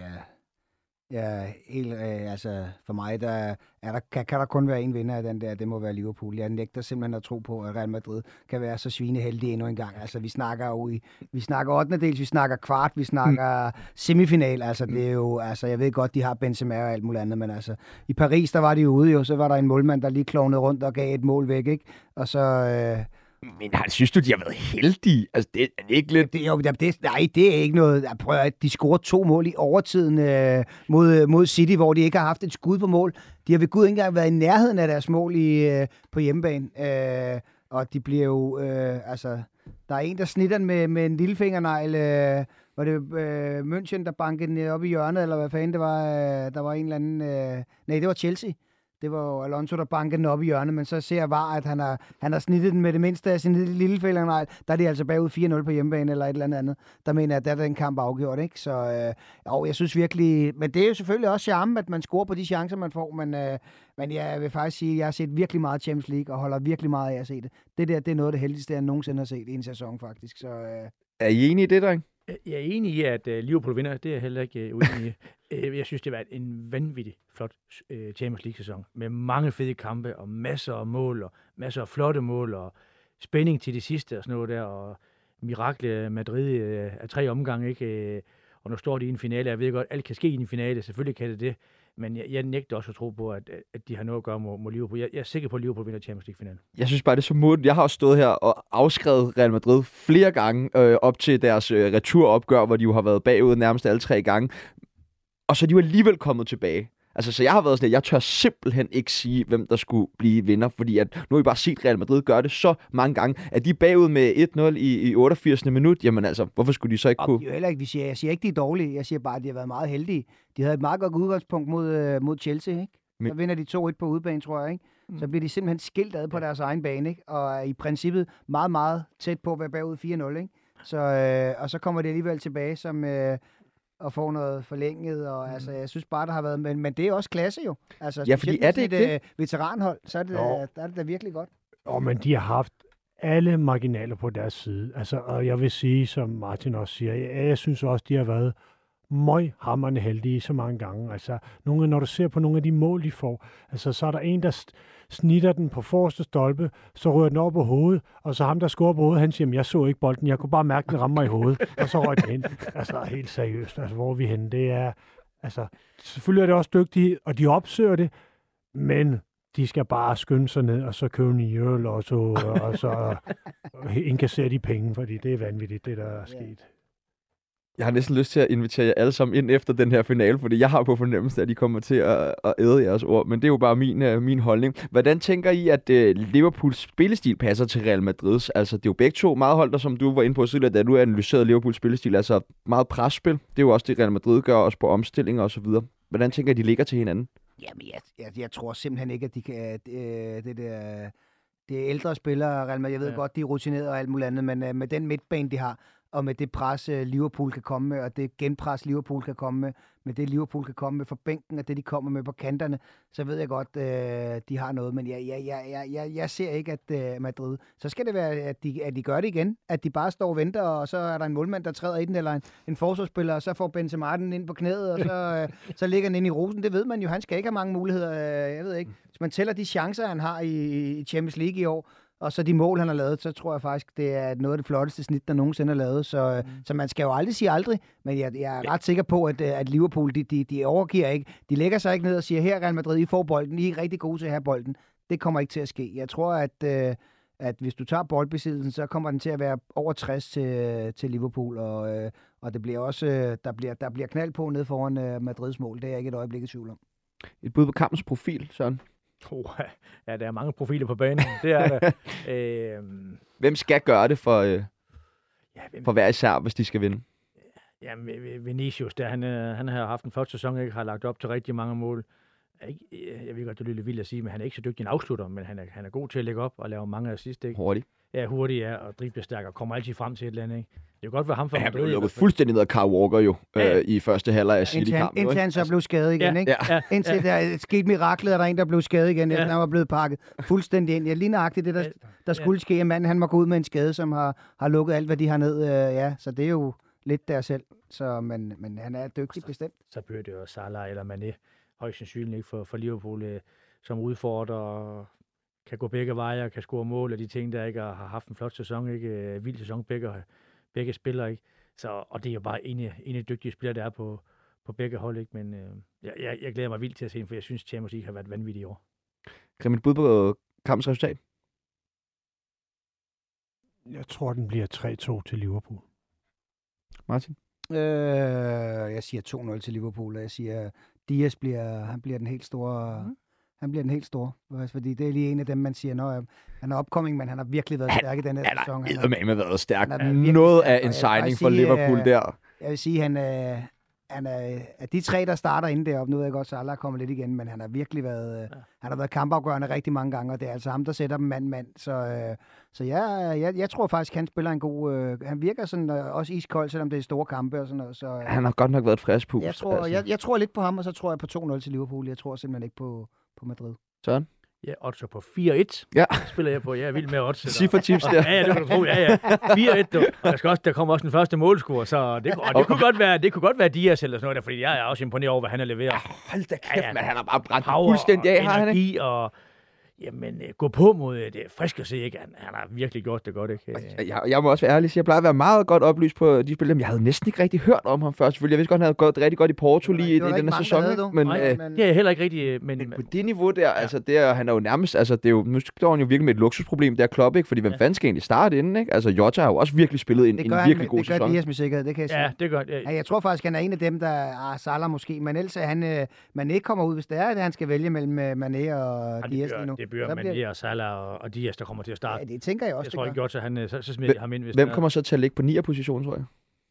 ja, helt, altså for mig, kan der kun være en vinder af den der, det må være Liverpool. Jeg nægter simpelthen at tro på, at Real Madrid kan være så svineheldige endnu en gang. Altså, vi snakker 8. del, vi snakker kvart, vi snakker semifinal. Altså, det er jo, altså, jeg ved godt, de har Benzema og alt muligt andet, men altså, i Paris, der var de ude jo, så var der en målmand, der lige klovnede rundt og gav et mål væk, ikke? Og så... Men synes du, de har været heldige? Altså, det er ikke lidt... Nej, det er ikke noget... Prøv at de scorer 2 mål i overtiden mod City, hvor de ikke har haft et skud på mål. De har ved Gud ikke engang været i nærheden af deres mål på hjemmebane. Og de bliver jo... altså, der er en, der snitter den med en lillefingernegl. Var det München, der bankede den op i hjørnet, eller hvad fanden det var? Der var en eller anden... nej, det var Chelsea. Det var jo Alonso, der bankede den op i hjørnet, men så ser jeg bare, at han har snittet den med det mindste af sin lille fælder. Der er de altså bagud 4-0 på hjemmebane eller et eller andet. Der mener jeg, at der er den kamp afgjort, ikke? Så jeg synes virkelig... Men det er jo selvfølgelig også charme, at man scorer på de chancer, man får. Men jeg vil faktisk sige, at jeg har set virkelig meget Champions League, og holder virkelig meget af at se det. Det er noget af det heldigste, jeg nogensinde har set i en sæson, faktisk. Så, Er I enige i det, dreng? Jeg er enig i, at Liverpool vinder. Det er jeg heller ikke uenig i. Jeg synes, det var en vanvittig flot Champions League-sæson. Med mange fede kampe, og masser af mål, og masser af flotte mål, og spænding til det sidste, og sådan noget der, og mirakle Madrid af 3 omgange, ikke? Og nu står de i en finale. Jeg ved godt, alt kan ske i en finale. Selvfølgelig kan det. Men jeg nægter også at tro på, at de har noget at gøre mod Liverpool. Jeg er sikker på, at Liverpool vinder Champions League-finalen. Jeg synes bare, det er så modigt. Jeg har også stået her og afskrevet Real Madrid flere gange op til deres returopgør, hvor de jo har været bagud nærmest alle 3 gange. Og så er de jo alligevel kommet tilbage. Altså, så jeg har været sådan, at jeg tør simpelthen ikke sige, hvem der skulle blive vinder, fordi at nu har vi bare set Real Madrid gøre det så mange gange, at de er bagud med 1-0 i 88. minut. Jamen altså, hvorfor skulle de så ikke kunne... Jeg siger ikke, de er dårlige. Jeg siger bare, at de har været meget heldige. De havde et meget godt udgangspunkt mod Chelsea, ikke? Så vinder de 2-1 på udebane, tror jeg, ikke? Så bliver de simpelthen skilt ad på deres egen bane, ikke? Og er i princippet meget, meget tæt på at være bagud 4-0, ikke? Så, og så kommer de alligevel tilbage som... og får noget forlænget, og altså, jeg synes bare, der har været... Men det er også klasse jo. Altså, ja, fordi er det ikke et veteranhold, så er det, der er det da virkelig godt. Men de har haft alle marginaler på deres side. Altså, og jeg vil sige, som Martin også siger, jeg synes også, de har været møghamrende heldige så mange gange. Altså, når du ser på nogle af de mål, de får, altså, så er der en, der snitter den på forreste stolpe, så rører den over på hovedet, og så ham, der scorer på hovedet, han siger, jeg så ikke bolden, jeg kunne bare mærke, den rammer mig i hovedet, og så rører den ind. Altså, helt seriøst, altså, hvor er vi henne? Det er, altså, selvfølgelig er det også dygtige, og de opsøger det, men de skal bare skynde sig ned, og så købe en øl, og så indkassere de penge, fordi det er vanvittigt, det der er sket. Jeg har næsten lyst til at invitere jer alle sammen ind efter den her finale, fordi jeg har på fornemmelse, at de kommer til at æde jeres ord, men det er jo bare min holdning. Hvordan tænker I, at Liverpools spillestil passer til Real Madrids? Altså, det er jo begge to meget holdt, som du var inde på tidligere, da du analyserede Liverpools spillestil, altså meget presspil. Det er jo også det, Real Madrid gør, også på omstillinger og så videre. Hvordan tænker I, de ligger til hinanden? Jamen, jeg tror simpelthen ikke, at de kan... Det er ældre spillere, Real Madrid. Jeg ved godt, de er rutinerede og alt muligt andet, men med den midtbane, de har, og med det pres, Liverpool kan komme med, og det genpres, Liverpool kan komme med det Liverpool kan komme med fra bænken, og det, de kommer med på kanterne, så ved jeg godt, de har noget. Men jeg ser ikke, at Madrid... Så skal det være, at de gør det igen. At de bare står og venter, og så er der en målmand, der træder i den, eller en forsvarsspiller, og så får Benzema den ind på knæet, og så ligger den ind i rosen. Det ved man jo. Han skal ikke have mange muligheder. Jeg ved ikke. Hvis man tæller de chancer, han har i Champions League i år, og så de mål, han har lavet, så tror jeg faktisk, det er noget af det flotteste snit, der nogensinde er lavet. Så man skal jo aldrig sige aldrig, men jeg er ret sikker på, at Liverpool, de overgiver ikke. De lægger sig ikke ned og siger, her Real Madrid, I får bolden, I er rigtig gode til at have bolden. Det kommer ikke til at ske. Jeg tror, at hvis du tager boldbesiddelsen, så kommer den til at være over 60 til Liverpool, og det bliver også, der bliver knald på ned foran Madrids mål. Det er jeg ikke et øjeblik i tvivl om. Et bud på kampens profil, Søren? Ja, der er mange profiler på banen. Det er der. Hvem skal gøre det for hver især, hvis de skal vinde? Ja, Vinicius, han har haft en første sæson, ikke har lagt op til rigtig mange mål. Jeg ved godt, det lyder lidt vildt at sige, men han er ikke så dygtig en afslutter, men han er god til at lægge op og lave mange assist. Hurtigt. Ja, hurtigt, ja, og dribler og kommer altid frem til et eller andet, ikke? Det kan godt være ham for Madrid. Han blev lukket fuldstændig ned af Kyle Walker jo, i første halvleg af City-kampen. Indtil han så blev skadet igen, ikke? Ja. Indtil der skete miraklet, at der er en, der blev skadet igen, efter han var blevet pakket fuldstændig ind. Ja, lige nøjagtigt det, der skulle ske, at manden han må gå ud med en skade, som har lukket alt, hvad de har ned. Så det er jo lidt der selv. Så, men han er dygtig bestemt. Så bør det jo Salah eller Mané højst sandsynligt ikke for Liverpool som udfordrer og kan gå begge veje og kan score mål og de ting, der ikke har haft en flot sæson, ikke vild sæson, begge spillere, ikke? Så, og det er jo bare en af de dygtige spillere, der er på begge hold, ikke? Men jeg glæder mig vildt til at se dem, for jeg synes, Champions League har været vanvittigt i år. Kan et bud på kampens resultat? Jeg tror, den bliver 3-2 til Liverpool. Martin? Jeg siger 2-0 til Liverpool, og jeg siger, Diaz bliver den helt store... Han bliver den helt store, fordi det er lige en af dem, man siger, han er opkoming, men han har virkelig været stærk i den her sæson. Han har været stærk. Noget af en signing for Liverpool der. Jeg vil sige, han er af de tre, der starter inde deroppe. Nu ved jeg godt, Salah kommer lidt igen, men han har virkelig været, han har været kampafgørende rigtig mange gange, og det er altså ham, der sætter dem mand. Så jeg tror faktisk, han spiller en god... han virker sådan også iskold, selvom det er store kampe og sådan noget. Så, han har godt nok været et frisk pus. Jeg tror lidt på ham, og så tror jeg på 2-0 til Liverpool. Jeg tror simpelthen ikke på Madrid. Sådan. Ja, oddser på 4-1. Ja. Spiller jeg på. Jeg er vild med odds. Cifre-tips der. Ja, det kan du tro. Ja. 4-1. Der kommer også den første målscore, så det kunne godt være Diaz eller sådan noget der, fordi jeg er også imponeret over, hvad han har leveret. Hold da kæft, men han har bare brændt fuldstændig af, har han ikke? Og jamen, gå på mod det frisk at se, ikke? Han har virkelig gjort det godt, ikke? Jeg må også være ærlig, så jeg plejer at være meget godt oplyst på de spil, men jeg havde næsten ikke rigtig hørt om ham før. Selvfølgelig, jeg vidste godt, han havde gået rigtig godt i Porto lige i den her sæson. Men det er heller ikke rigtig... Men på det niveau der, altså, han er jo nærmest... Altså, det er jo, nu står han jo virkelig med et luksusproblem, der Klopp, ikke? Fordi hvem fanden skal egentlig starte inden, ikke? Altså, Jota har jo også virkelig spillet en virkelig god sæson. Det gør Diaz med sikkerhed, det kan jeg sige. Ja, det gør jeg tror faktisk, han er en af dem, der... Salah måske, men ellers er man ikke kommer ud, hvis det er det, han skal vælge mellem Mané og Diaz nu. Det bliver Mané og Salah og Diaz, der kommer til at starte. Ja, det tænker jeg også. Jeg tror ikke godt, så smider jeg ham ind. Hvem kommer så til at ligge på 9'er position, tror jeg?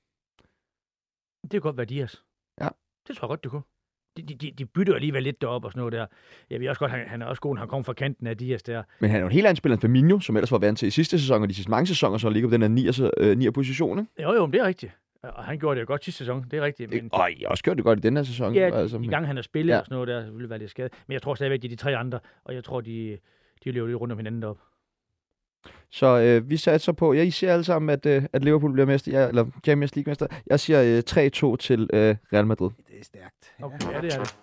Det kan godt være Diaz. Ja. Det tror jeg godt, det kunne. De bytter alligevel lidt deroppe og sådan noget der. Jeg ved også godt, han er også god, han kommer fra kanten af Diaz der. Men han er jo en helt anden spiller end Firmino, som ellers var vant til i sidste sæson, og de sidste mange sæsoner, så ligger på den her 9'er position, ikke? Jo, men det er rigtigt. Og han gjorde det jo godt sidste sæson, det er rigtigt. Men... Og I også gjorde det godt i den her sæson. Ja, altså, i gang han har spillet og sådan noget der, ville være lidt skadet. Men jeg tror stadigvæk, de tre andre, og jeg tror, de løber lidt rundt om hinanden deroppe. Så vi satser på, I siger alle sammen, at Liverpool bliver mester, eller Champions League mester. Jeg siger 3-2 til Real Madrid. Det er stærkt. Okay, ja, det er det.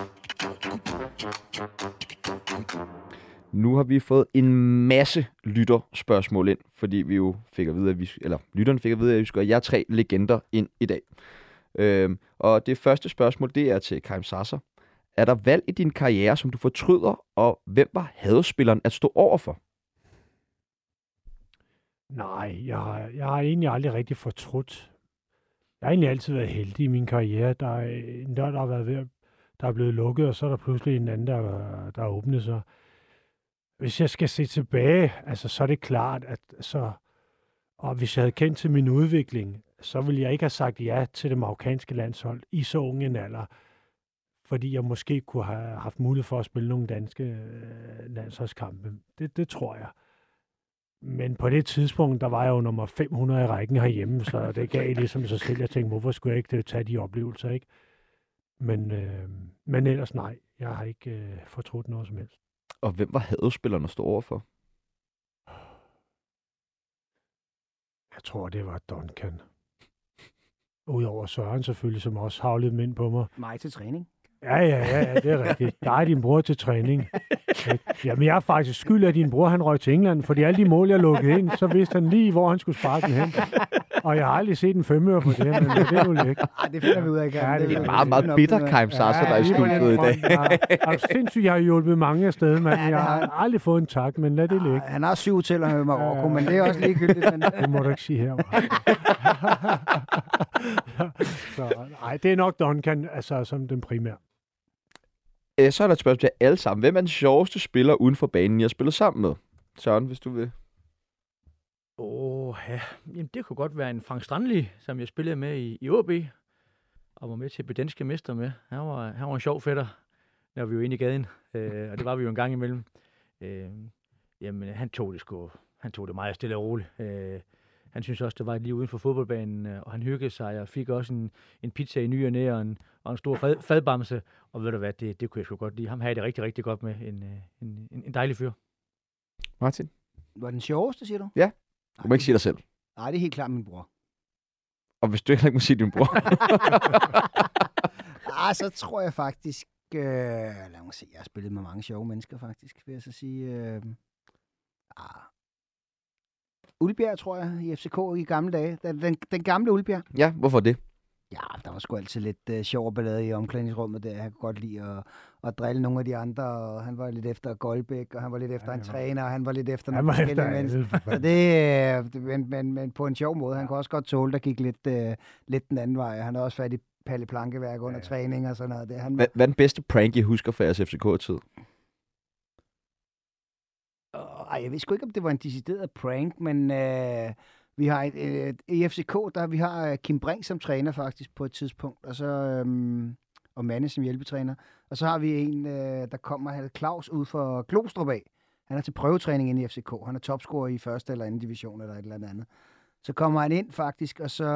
Nu har vi fået en masse lytterspørgsmål ind, fordi vi jo fik at vide, lytterne fik at vide, at vi skulle have jer 3 legender ind i dag. Og det første spørgsmål, det er til Karim Sasser. Er der valg i din karriere, som du fortryder, og hvem var hadespilleren at stå overfor? Nej, jeg har egentlig aldrig rigtig fortrudt. Jeg har egentlig altid været heldig i min karriere. Der er en dør, der er blevet lukket, og så er der pludselig en anden, der er åbnet sig. Hvis jeg skal se tilbage, så er det klart, og hvis jeg havde kendt til min udvikling, så ville jeg ikke have sagt ja til det marokkanske landshold i så unge en alder, fordi jeg måske kunne have haft mulighed for at spille nogle danske landsholdskampe. Det tror jeg. Men på det tidspunkt, der var jeg jo nummer 500 i rækken herhjemme, så det gav ligesom sig selv. Jeg tænkte, hvorfor skulle jeg ikke tage de oplevelser, ikke? Men ellers nej, jeg har ikke fortrudt noget som helst. Og hvem var hadespilleren at stå overfor? Jeg tror, det var Duncan. Udover Søren selvfølgelig, som også havlede ind på mig. Mig til træning. Ja, det er rigtigt. Jeg er din bror til træning. Jamen, jeg er faktisk skyld af, at din bror han røg til England, fordi alle de mål, jeg lukkede ind, så vidste han lige, hvor han skulle sparke den hen. Og jeg har aldrig set en femøre på det, men det er jo lækkert. Det finder vi ud af. Ja, Det er meget, meget bitter Keim Sasser, der er i studiet i dag. Ja, sindssygt, jeg har hjulpet mange af sted, men jeg har aldrig fået en tak, men lad det ligge. Han har 7 hoteller med Marokko, men det er også ligegyldigt. Men... Det må du ikke sige her. Så, nej, det er nok Duncan, altså som den primære. Så er der et spørgsmål til alle sammen. Hvem er den sjoveste spiller uden for banen, jeg har spillet sammen med? Søren, hvis du vil. Ja. Jamen, det kunne godt være en Frank Strandli, som jeg spillede med i OB, og var med til at blive danske mester med. Han var en sjov fætter, når vi var inde i gaden, og det var vi jo en gang imellem. Jamen, han tog det meget stille og roligt. Han synes også, det var lige uden for fodboldbanen, og han hyggede sig, og fik også en pizza i ny og næ, og en stor fadbamse. Og ved du hvad, det kunne jeg sgu godt lide. Ham havde det rigtig, rigtig godt med. En dejlig fyr. Martin? Var den sjoveste, siger du? Ja. Du må ikke sige dig selv. Nej, det er helt klart min bror. Og hvis du heller ikke må sige din bror. Så tror jeg faktisk... lad mig se, jeg har spillet med mange sjove mennesker, faktisk, vil jeg så sige. Ulbjerg, tror jeg, i FCK i gamle dage. Den gamle Ulbjerg. Ja, hvorfor det? Ja, der var sgu altid lidt sjov ballade i omklædningsrummet der. Jeg kunne godt lide at drille nogle af de andre, og han var lidt efter Goldbæk, og han var lidt efter en træner, og han var lidt efter nogle forskellige mennesker. Så men på en sjov måde. Han kunne også godt tåle, der gik lidt den anden vej. Han har også fat i Palle Plankeværk under træning og sådan noget. Hvad er den bedste prank, I husker fra jeres FCK-tid? Jeg ved sgu ikke, om det var en decideret prank, men vi har i FCK, vi har Kim Brink som træner faktisk på et tidspunkt, og så og Manne som hjælpetræner. Og så har vi en, der kommer, Claus, ud for Glostrup af. Han er til prøvetræning inde i FCK. Han er topscorer i første eller anden division eller et eller andet. Så kommer han ind faktisk, og så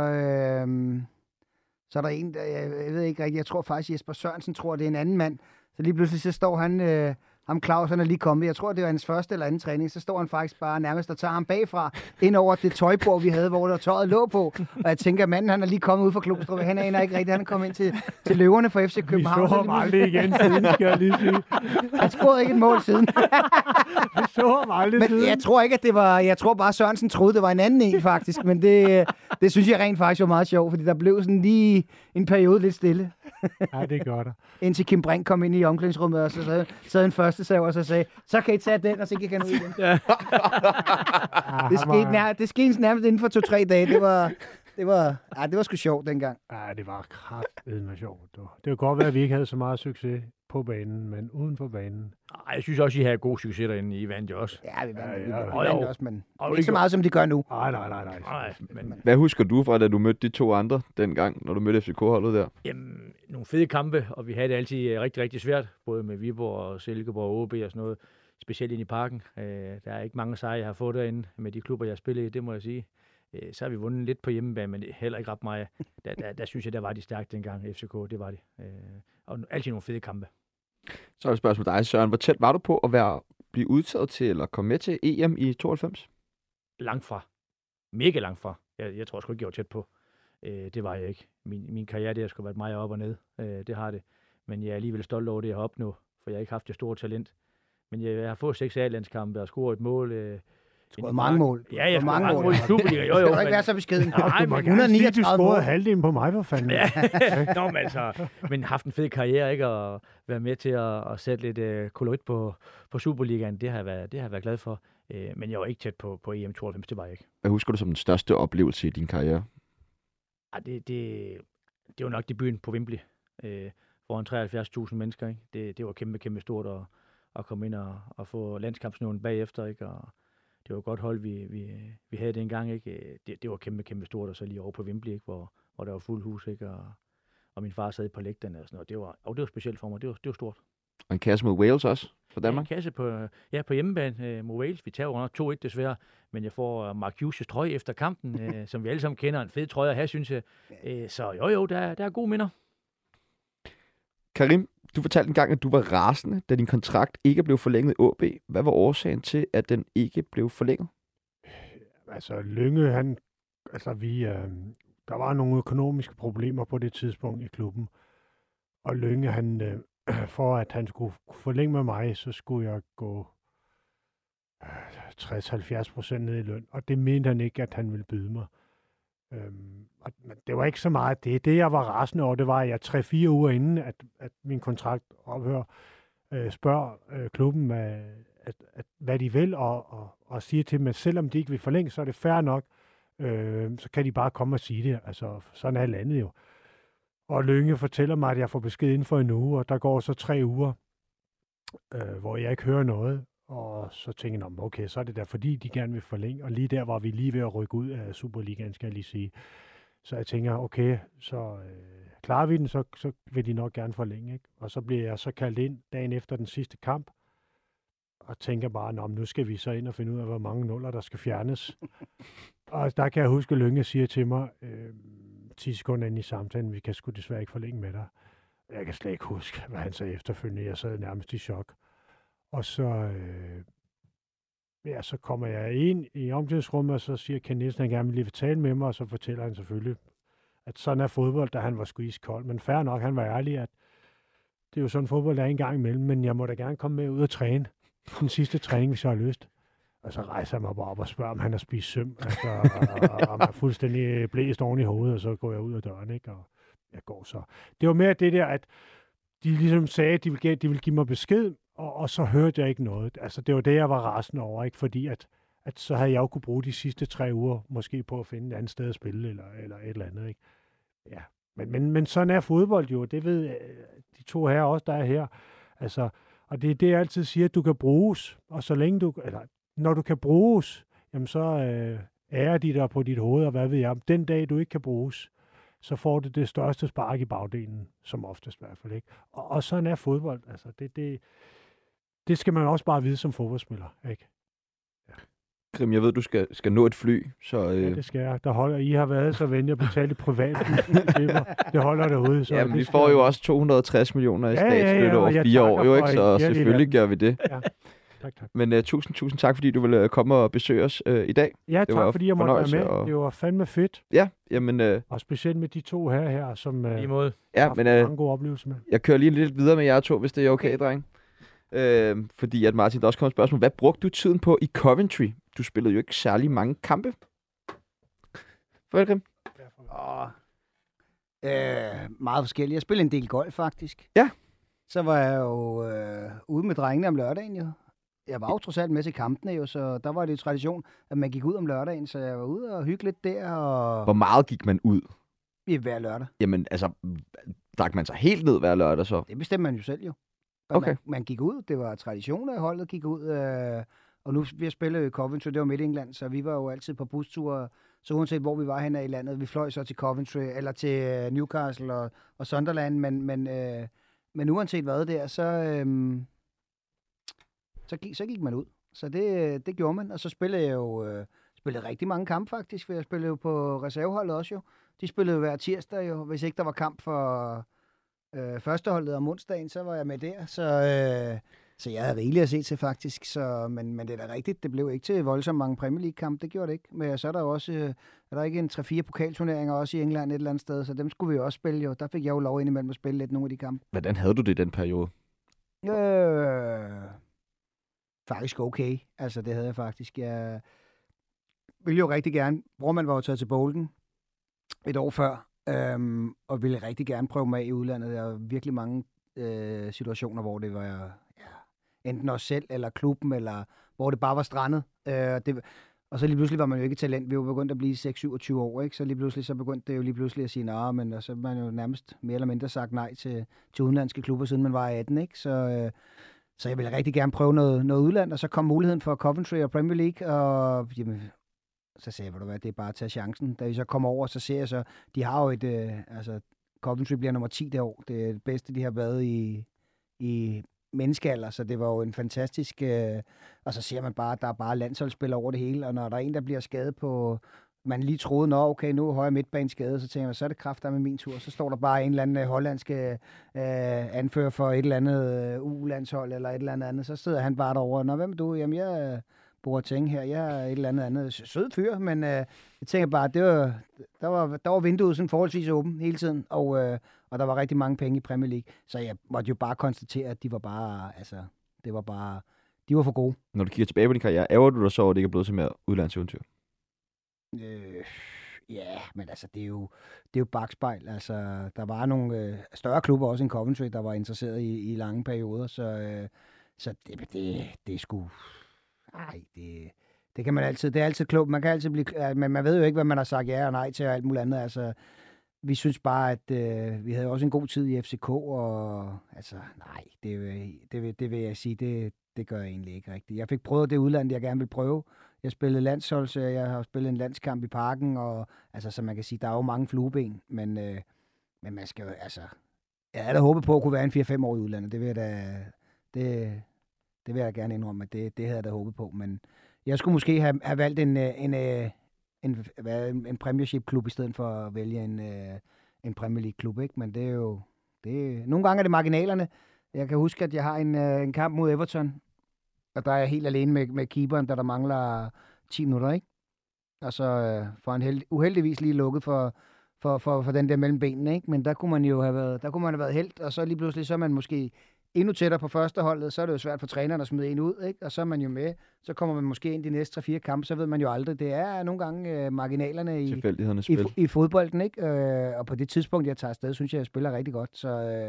er der en, der, jeg ved ikke rigtigt, jeg tror faktisk Jesper Sørensen tror, det er en anden mand. Så lige pludselig så står han... Ham Claus, han er lige kommet. Jeg tror, det var hans første eller anden træning. Så står han faktisk bare nærmest og tager ham bagfra ind over det tøjbord, vi havde, hvor der tøjet lå på. Og jeg tænker, at manden, han er lige kommet ud fra Glostrup. Han aner ikke rigtigt. Han er kommet ind til løverne for FC København. Vi så ham aldrig igen siden, skal jeg lige sige. Han scorede ikke et mål siden. Vi så ham aldrig siden. Men jeg tror ikke, at det var... Jeg tror bare, Sørensen troede, det var en anden en, faktisk. Men det synes jeg rent faktisk var meget sjovt, fordi der blev sådan lige en periode lidt stille. Ja, det gør der. Indtil Kim Brink kom ind i omklædningsrummet, og så sad en første sav, og så sagde, så kan I tage den, og så gik han ud igen. Ja. Det skete nærmest inden for 2-3 dage. Det var sgu sjovt dengang. Ja, det var kraftedeme sjovt. Det kunne godt være, at vi ikke havde så meget succes på banen, men uden for banen. Jeg synes også, I havde god succes derinde. I vandt jo også. Ja, vi vandt også, men ikke så ikke meget, som de gør nu. Nej. Men, Hvad husker du fra, da du mødte de to andre dengang, når du mødte FCK-holdet der? jamen, nogle fede kampe, og vi havde det altid rigtig, rigtig svært, både med Viborg og Silkeborg og OB og sådan noget, specielt inde i parken. Der er ikke mange sejre, jeg har fået derinde med de klubber, jeg spiller i, det må jeg sige. Så har vi vundet lidt på hjemmebane, men heller ikke ret meget. Der synes jeg, der var de stærke dengang, FCK, det var det. Og altid nogle fede kampe. Så er der et spørgsmål til dig, Søren. Hvor tæt var du på at blive udtaget til, eller komme med til EM i 92? Langt fra. Mega langt fra. Jeg tror sgu ikke, jeg var tæt på. Det var jeg ikke. Min karriere, det har sgu været meget op og ned. Det har det. Men jeg er alligevel stolt over det, jeg har opnået, for jeg har ikke haft det store talent. Men jeg har fået 6 A-landskampe og scoret et mål. Scoret mange mål. Ja, jeg mange mål i Superliga. Jo. Det kan ikke være så beskeden. Nej, men 139 mål. Du scorede halvdelen på mig, for fanden. Ja. Nå, men haft en fed karriere, ikke? Og være med til at sætte lidt kolorit på Superligaen, det har jeg været glad for. Men jeg var ikke tæt på EM 92, det var jeg ikke. Hvad husker du som den største oplevelse i din karriere? Det var nok debuten på Wembley. Foran 73.000 mennesker, ikke? Det var kæmpe, kæmpe stort at komme ind og få landskampsnålen bagefter, ikke? Og det var et godt hold, vi havde dengang, ikke? Det var kæmpe, kæmpe stort, og så lige over på Wembley, ikke? Hvor der var fuld hus, ikke? Og min far sad på lægterne og sådan noget. Det var specielt for mig. Det var stort. Og en kasse mod Wales også for Danmark? Ja, en kasse på hjemmebane mod Wales. Vi tager under 2-1 desværre, men jeg får Mark Hughes' trøje efter kampen, som vi alle sammen kender. En fed trøje at have, synes jeg. Så jo, der er gode minder. Karim, du fortalte engang, at du var rasende, da din kontrakt ikke blev forlænget i AB. Hvad var årsagen til, at den ikke blev forlænget? Altså, Lynge, der var nogle økonomiske problemer på det tidspunkt i klubben. Og Lynge, for at han skulle forlænge med mig, så skulle jeg gå 60-70% ned i løn, og det mente han ikke, at han ville byde mig. Men det var ikke så meget det. Det, jeg var rasende over, det var, at jeg 3-4 uger inden, at min kontrakt ophører, spørger klubben, hvad de vil, og siger til dem, at selvom de ikke vil forlænge, så er det fair nok, så kan de bare komme og sige det. Altså, sådan er landet jo. Og Lynge fortæller mig, at jeg får besked inden for en uge, og der går så 3 uger, hvor jeg ikke hører noget. Og så tænker jeg, okay, så er det der, fordi de gerne vil forlænge. Og lige der var vi lige ved at rykke ud af Superligaen, skal jeg lige sige. Så jeg tænker, okay, så klarer vi den, så vil de nok gerne forlænge. Ikke? Og så bliver jeg så kaldt ind dagen efter den sidste kamp, og tænker bare, nu skal vi så ind og finde ud af, hvor mange nuller, der skal fjernes. Og der kan jeg huske, at Lynge siger til mig, 10 sekunder inde i samtalen, vi kan sgu desværre ikke forlænge med dig. Jeg kan slet ikke huske, hvad han sagde efterfølgende. Jeg sad nærmest i chok. Og så, så kommer jeg ind i omklædningsrummet, og så siger Ken Nielsen, at han gerne vil lige tale med mig, og så fortæller han selvfølgelig, at sådan er fodbold, da han var sgu iskold. Men fair nok, han var ærlig, at det er jo sådan fodbold, der er en gang imellem, men jeg må da gerne komme med ud og træne. Den sidste træning, hvis jeg har lyst. Og så rejser jeg mig bare op og spørger, om han har spist søm, altså, og man er fuldstændig blæst oven i hovedet, og så går jeg ud af døren, ikke? Og jeg går så. Det var mere det der, at de ligesom sagde, at de ville give mig besked, og så hørte jeg ikke noget. Altså, det var det, jeg var rasende over, ikke? Fordi at så havde jeg jo kunne bruge de sidste 3 uger, måske på at finde et andet sted at spille, eller et eller andet, ikke? Ja. Men sådan er fodbold jo, det ved de 2 herrer også, der er her. Altså, og det er det, jeg altid siger, at du kan bruges, og så længe når du kan bruges, jamen så ærer de der på dit hoved, og hvad ved jeg, den dag du ikke kan bruges, så får du det største spark i bagdelen, som oftest i hvert fald, ikke? Og sådan er fodbold, altså det skal man også bare vide som fodboldspiller, ikke? Ja. Grim, jeg ved, du skal nå et fly, så... Ja, det skal jeg. I har været så venlige at betale et privat fly. Det holder derude. Så jamen, vi får jo også 260 millioner i statsstøtte over 4 år, jo ikke? Så selvfølgelig gør vi det. Ja. Tak. Men tusind tak, fordi du ville komme og besøge os i dag. Ja, tak, fordi jeg måtte være med. Det var fandme fedt. Ja, jamen... Og specielt med de 2 her, som i måde. Ja, men en god oplevelse med. Jeg kører lige lidt videre med jer 2, hvis det er okay, dreng. Fordi at Martin, der også kommer et spørgsmål. Hvad brugte du tiden på i Coventry? Du spillede jo ikke særlig mange kampe. Farvel, Grim. Meget forskelligt. Jeg spillede en del golf, faktisk. Ja. Så var jeg jo ude med drengene om lørdagen, jo. Jeg var jo trods alt med til kampene, jo, så der var det jo tradition, at man gik ud om lørdagen, så jeg var ude og hygge lidt der. Og... Hvor meget gik man ud? Hver lørdag. Jamen, altså, drak man sig helt ned hver lørdag så? Det bestemte man jo selv, jo. Og okay. Man gik ud. Det var tradition, at holdet gik ud. Og nu vi spillede i Coventry, det var midt i England, så vi var jo altid på busture. Så uanset hvor vi var henne i landet, vi fløj så til Coventry, eller til Newcastle og Sunderland, men uanset hvad der, så gik man ud. Så det gjorde man, og så spillede jeg jo rigtig mange kampe faktisk, for jeg spillede jo på reserveholdet også jo. De spillede jo hver tirsdag jo, hvis ikke der var kamp for førsteholdet om onsdagen, så var jeg med der, så jeg havde rigeligt at se til faktisk, men det er da rigtigt, det blev ikke til voldsomt mange Premier League-kampe, det gjorde det ikke, men så er der jo også, er der ikke en 3-4 pokalturneringer også i England et eller andet sted, så dem skulle vi jo også spille jo, der fik jeg jo lov indimellem at spille lidt nogle af de kampe. Hvordan havde du det i den periode? Faktisk okay, altså det havde jeg faktisk, jeg ville jo rigtig gerne, Brormand var jo taget til Bolton et år før, og ville rigtig gerne prøve mig af i udlandet. Der var virkelig mange situationer, hvor det var enten os selv, eller klubben, eller hvor det bare var strandet. Og så lige pludselig var man jo ikke talent. Vi var begyndt at blive 6-27 år, ikke? Så lige pludselig så begyndte det jo lige pludselig at sige, nej, men så man jo nærmest mere eller mindre sagt nej til udenlandske klubber, siden man var 18, ikke? Så jeg ville rigtig gerne prøve noget udland, og så kom muligheden for Coventry og Premier League, og jamen, så sagde jeg, det er bare at tage chancen. Da vi så kom over, så ser jeg så, de har jo Coventry bliver nummer 10 det år. Det er det bedste, de har været i menneskealder, så det var jo en fantastisk... og så ser man bare, at der er bare landsholdsspillere over det hele, og når der er en, der bliver skadet på... Man lige troede, okay, nu er højre midtbane skadet, så tænker jeg, så er det kræfter med min tur. Så står der bare en eller anden hollandske anfører for et eller andet U-landshold, eller et eller andet. Så sidder han bare derovre. Nå, hvem er du? Jamen, jeg Boateng her. Jeg er et eller andet sød fyr, men Jeg tænker bare, der var vinduet sådan forholdsvis åben hele tiden, og der var rigtig mange penge i Premier League. Så jeg måtte jo bare konstatere, at de var for gode. Når du kigger tilbage på din karriere, ærger du dig så over, at det ikke er blevet til mere udlandseventyr? Ja, men altså, det er jo bakspejl. Altså, der var nogle større klubber, også end Coventry, der var interesseret i lange perioder, så det er sgu... Nej, det kan man altid... Det er altid klogt. Man kan altid blive... Men man ved jo ikke, hvad man har sagt ja og nej til og alt muligt andet. Altså, vi synes bare, at vi havde også en god tid i FCK, og altså, nej, det vil jeg sige, det gør jeg egentlig ikke rigtigt. Jeg fik prøvet det udland, jeg gerne vil prøve. Jeg spillede landsholds, jeg har spillet en landskamp i Parken, og altså, så man kan sige, der er jo mange flueben, men man skal jo, altså, jeg havde da håbet på at kunne være en 4-5 år i udlandet. Det vil jeg gerne indrømme, at det havde jeg da håbet på, men jeg skulle måske have valgt en Premiership-klub i stedet for at vælge en Premier League-klub, ikke? Men det er jo... nogle gange er det marginalerne. Jeg kan huske, at jeg har en kamp mod Everton, og der er jeg helt alene med keeperen, der mangler 10 minutter, ikke? Og så får han uheldigvis lige lukket for den der mellem benene, ikke? Men der kunne man jo have været helt, og så lige pludselig så er man måske endnu tættere på førsteholdet, så er det jo svært for træneren at smide en ud, ikke? Og så er man jo med, så kommer man måske ind de næste 3-4 kampe, så ved man jo aldrig. Det er nogle gange marginalerne i fodbolden, ikke? Og på det tidspunkt, jeg tager afsted, synes jeg spiller rigtig godt.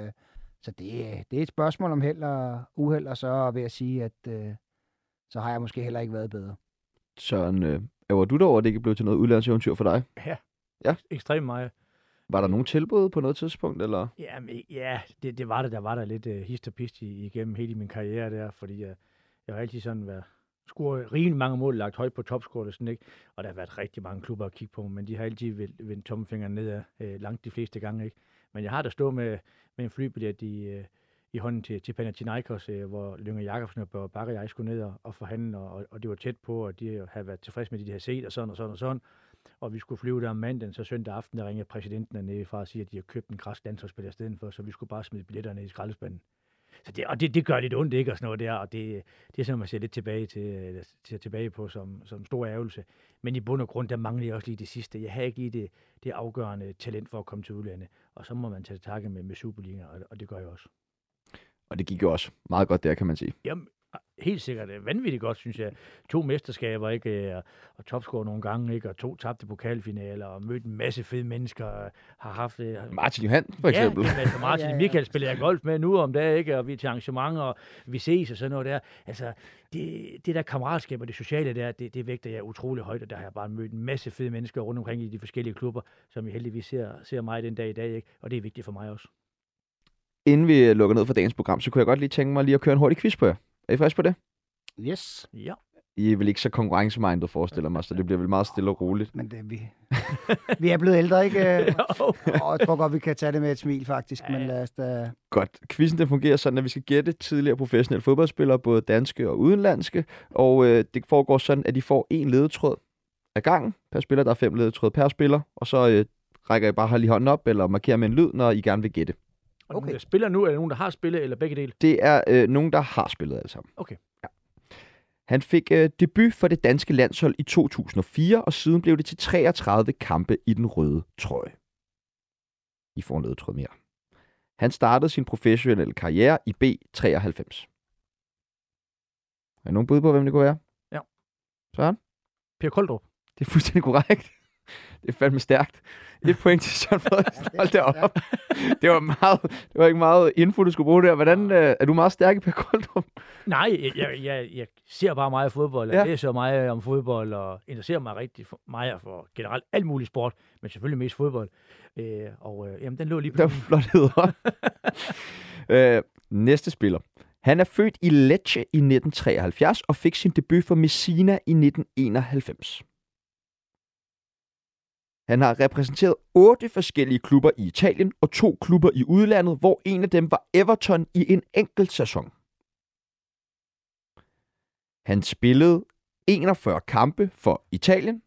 Så det er et spørgsmål om held og uheld, og så vil jeg sige, at så har jeg måske heller ikke været bedre. Søren, ærger du over, at det ikke blev til noget udlandseventyr for dig? Ja, ekstremt meget. Var der nogen tilbud på noget tidspunkt, eller? Ja, det var det. Der var der lidt hist og pist igennem hele min karriere der, fordi jeg har altid sådan været scoret rimelig mange mål, lagt højt på topscoret, sådan, ikke? Og der har været rigtig mange klubber at kigge på, men de har altid vendt tommelfingeren nedad langt de fleste gange, ikke? Men jeg har da stået med en flybillet i hånden til Panathinaikos, hvor Lyngge Jacobsen og Bakke og jeg skulle ned og forhandle, og det var tæt på, og de havde været tilfredse med, de havde set, og sådan. Og vi skulle flyve der om mandagen, så søndag aften, der ringede præsidenten dernede fra og siger, at de har købt en græsk landsholdsspiller i stedet for, så vi skulle bare smide billetterne i skraldespanden. Så det gør lidt ondt, ikke? Og sådan noget der, og det er sådan, man ser lidt tilbage på som stor ærgelse. Men i bund og grund, der mangler jeg også lige det sidste. Jeg har ikke lige det afgørende talent for at komme til udlandet. Og så må man tage takke med Superliga, og det gør jeg også. Og det gik jo også meget godt der, kan man sige. Jamen, helt sikkert. Vanvittigt godt, synes jeg. 2 mesterskaber, ikke? Og topscore nogle gange, ikke? Og 2 tabte pokalfinaler, og mødt en masse fede mennesker, har haft... Martin Johan, for eksempel. Ja, Martin Michael spiller jeg golf med nu om dagen, ikke? Og vi er til arrangementer, og vi ses og sådan noget der. Altså, det der kammeratskab og det sociale der, det vægter jeg utrolig højt, og der har jeg bare mødt en masse fede mennesker rundt omkring i de forskellige klubber, som vi heldigvis ser mig den dag i dag, ikke? Og det er vigtigt for mig også. Inden vi lukker ned for dagens program, så kunne jeg godt lige tænke mig lige at køre en hurtig quiz på jer. Er I friske på det? Yes. Ja. I er vel ikke så konkurrencemindet, forestiller mig, så det bliver vel meget stille og roligt. Men vi er blevet ældre, ikke? Og jeg tror godt, vi kan tage det med et smil, faktisk. Men lad os da... Godt. Quizzen den fungerer sådan, at vi skal gætte tidligere professionelle fodboldspillere, både danske og udenlandske. Og det foregår sådan, at de får 1 ledetråd ad gangen per spiller. Der er 5 ledetråd per spiller. Og så rækker I bare lige hånden op, eller markerer med en lyd, når I gerne vil gætte. Og nogen, der spiller nu, eller nogen, der har spillet, eller begge dele? Det er nogen, der har spillet alle sammen. Okay. Ja. Han fik debut for det danske landshold i 2004, og siden blev det til 33 kampe i den røde trøje. I får en ledetråd mere. Han startede sin professionelle karriere i B93. Er der nogen bud på, hvem det kunne være? Ja. Søren? Per Koldrup. Det er fuldstændig korrekt. Det er fandme stærkt. 1 point til Søren Frederiksen. Hold da op. Det var ikke meget info, du skulle bruge der. Hvordan er du meget stærk i Per Koldrup? Nej, jeg ser bare meget fodbold. Jeg læser meget om fodbold, og interesserer mig rigtig meget for generelt alt muligt sport, men selvfølgelig mest fodbold. Jamen, den lå lige på. Det var flot hedder. Næste spiller. Han er født i Lecce i 1973 og fik sin debut for Messina i 1991. Han har repræsenteret 8 forskellige klubber i Italien og 2 klubber i udlandet, hvor en af dem var Everton i en enkelt sæson. Han spillede 41 kampe for Italien.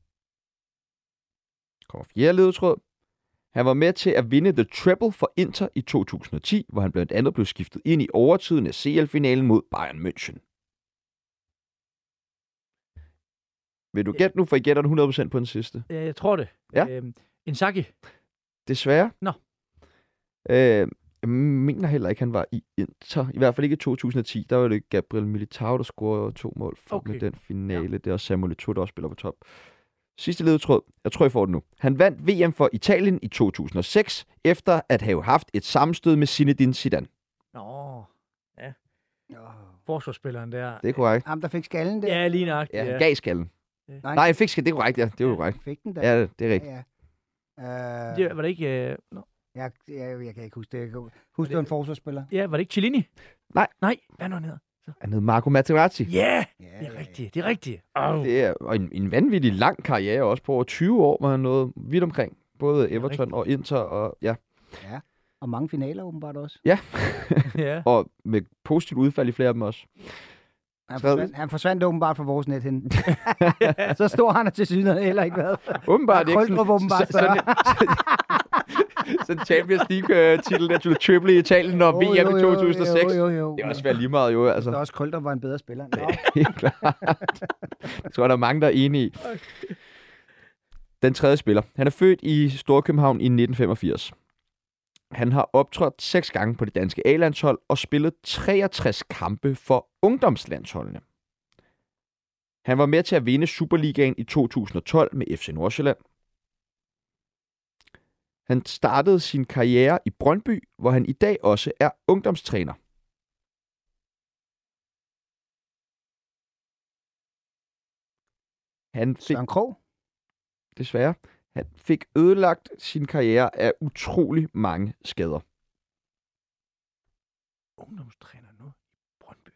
Kommer 4. ledetråd. Han var med til at vinde The Treble for Inter i 2010, hvor han blandt andet blev skiftet ind i overtiden af CL-finalen mod Bayern München. Vil du gætte nu, for I gætter den 100% på den sidste? Ja, jeg tror det. Ja. Inzaghi. Desværre. Nå. Jeg mener heller ikke, han var i Inter. I hvert fald ikke i 2010. Der var det Gabriel Militao, der scorede 2 mål for med den finale. Ja. Det er Samuel Eto'o, der også spiller på top. Sidste ledetråd. Jeg tror, I får det nu. Han vandt VM for Italien i 2006, efter at have haft et sammenstød med Zinedine Zidane. Nå, ja. Forsvarsspilleren der. Det er korrekt. Ham, der fik skallen der. Ja, lige nok. Ja, gav skallen. Nej, Nej, fik skallen. Det er korrekt, ja. Det er korrekt. fik den der. Ja, det er rigtigt. Ja. Var det ikke... Jeg kan ikke huske det. Jeg kan huske, det var en forsvarsspiller. Ja, var det ikke Cellini? Nej. Nej, hvad nu han hedder? Han hed Marco Materazzi. Ja, det er rigtigt. Det er rigtigt. Det er og en vanvittig lang karriere også på over 20 år, hvor han nåede vidt omkring. Både Everton og Inter og ja. Ja, og mange finaler åbenbart også. Ja, Ja. og med positivt udfald i flere af dem også. Han forsvandt åbenbart fra vores net hen. Så stor han til synet heller ikke været. Åbenbart ikke. Krøldrup åbenbart større. Sådan en Champions League-titel, der tog triple i Italien og VM i 2006. Jo. Det er også svært lige meget, jo. Altså. Der også Krøldrup var en bedre spiller. Nå. Helt klart. Jeg tror, der er mange, der er enige i. Den tredje spiller. Han er født i Storkøbenhavn i 1985. Han har optrådt 6 gange på det danske A-landshold og spillet 63 kampe for ungdomslandsholdene. Han var med til at vinde Superligaen i 2012 med FC Nordsjælland. Han startede sin karriere i Brøndby, hvor han i dag også er ungdomstræner. Han fik, Søren Krog. desværre, han fik ødelagt sin karriere af utrolig mange skader. Ungdomstræner nu i Brøndby.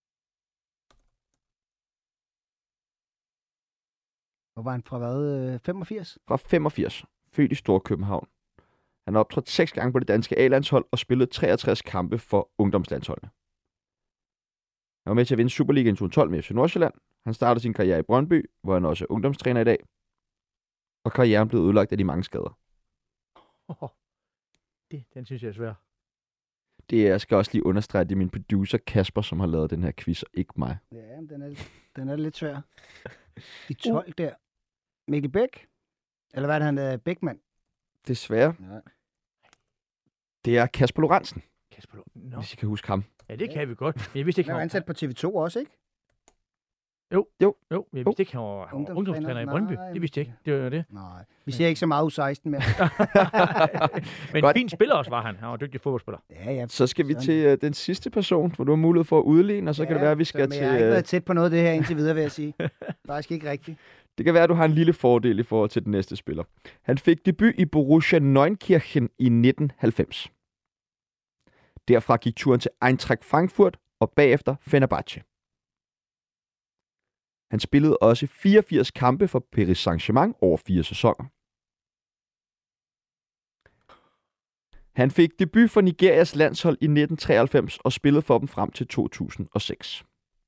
Hvor var han fra hvad? 85? Fra 85, født i Storkøbenhavn. Han har optrådt 6 gange på det danske A-landshold og spillet 63 kampe for ungdomslandsholdene. Han var med til at vinde Superligaen 2012 med FC Nordsjælland. Han startede sin karriere i Brøndby, hvor han også er ungdomstræner i dag. Og karrieren blev ødelagt af de mange skader. Den synes jeg er svær. Jeg skal også lige understrege, at det er min producer Kasper, som har lavet den her quiz, og ikke mig. Ja, den er lidt svær. I 12 der. Mikkel Bæk? Eller hvad er det, han hedder? Bækman? Desværre. Nej. Det er Kasper Lorentzen, Nå. hvis I kan huske ham. Ja, det kan vi godt. Men jeg vidste ikke, Han var ansat på TV2 også, ikke? Jo, jeg vidste ikke, han var ungdomstræner i Brøndby. Nej, Det vidste jeg ikke. Det var det. Nej. Vi ser ikke så meget U16 mere. Men Godt. fin spiller også var han. Han var dygtig fodboldspiller. Ja. Så skal vi til den sidste person, hvor du har mulighed for at udligne, og så kan det være, at vi skal men til... jeg har ikke været tæt på noget af det her indtil videre, vil jeg sige. Faktisk ikke rigtigt. Det kan være, at du har en lille fordel i forhold til den næste spiller. Han fik debut i Borussia Neunkirchen i 1990. Derfra gik turen til Eintracht Frankfurt og bagefter Fenerbahce. Han spillede også 84 kampe for Paris Saint-Germain over 4 sæsoner. Han fik debut for Nigerias landshold i 1993 og spillede for dem frem til 2006.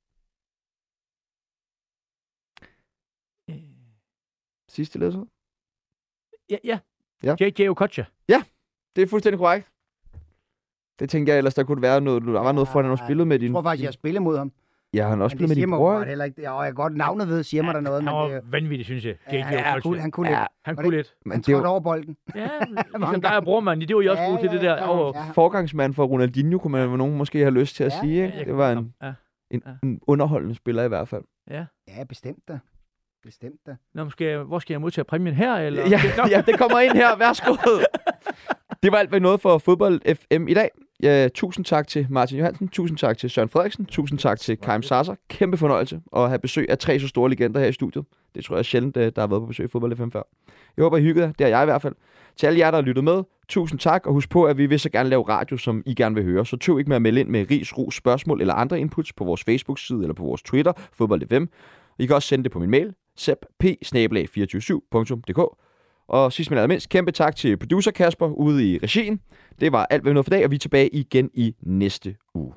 Sidste ledelse? Ja. Ja. J.J. Okocha. Det er fuldstændig korrekt. Det tænker jeg ellers, der kunne være noget, der var noget for, at han har spillet med din... Jeg tror faktisk, jeg har spillet mod ham. Ja, han har også Men spillet det med siger din mig bror. åbenbart heller ikke. Ja, jeg godt navnet ved, siger mig der noget. Han Men var det, vanvittig, synes jeg. J.J. han kunne lidt. Han kunne lidt. Men Han det er trådte jo over bolden. Ja, ligesom dig og brormand. Det var jo også gode til det der. Ja. forgangsmand for Ronaldinho, kunne man nogen måske have lyst til at sige. Ikke? Det var en underholdende spiller i hvert fald. Ja. Ja, bestemt da. Bestemt da. Nå, hvor skal jeg modtage præmien her? Eller? Ja, det kommer ind her. Værsgo. Det var alt, hvad noget for Fodbold FM i dag. Tusind tak til Martin Johansen, tusind tak til Søren Frederiksen, tusind tak til Karim Sasser. Kæmpe fornøjelse at have besøg af 3 så store legender her i studiet. Det tror jeg er sjældent, der har været på besøg i Fodbold FM før. Jeg håber, I hyggede jer. Det er jeg i hvert fald. Til alle jer, der har lyttet med, tusind tak, og husk på, at vi vil så gerne lave radio, som I gerne vil høre. Så tøv ikke med at melde ind med ris, ros, spørgsmål eller andre inputs på vores Facebook-side eller på vores Twitter, Fodbold FM. I kan også sende det på min mail, sepp@247.dk. Og sidst men allermindst, kæmpe tak til producer Kasper ude i regien. Det var alt, hvad vi nåede for dag, og vi er tilbage igen i næste uge.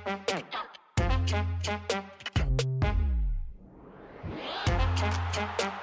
Yeah.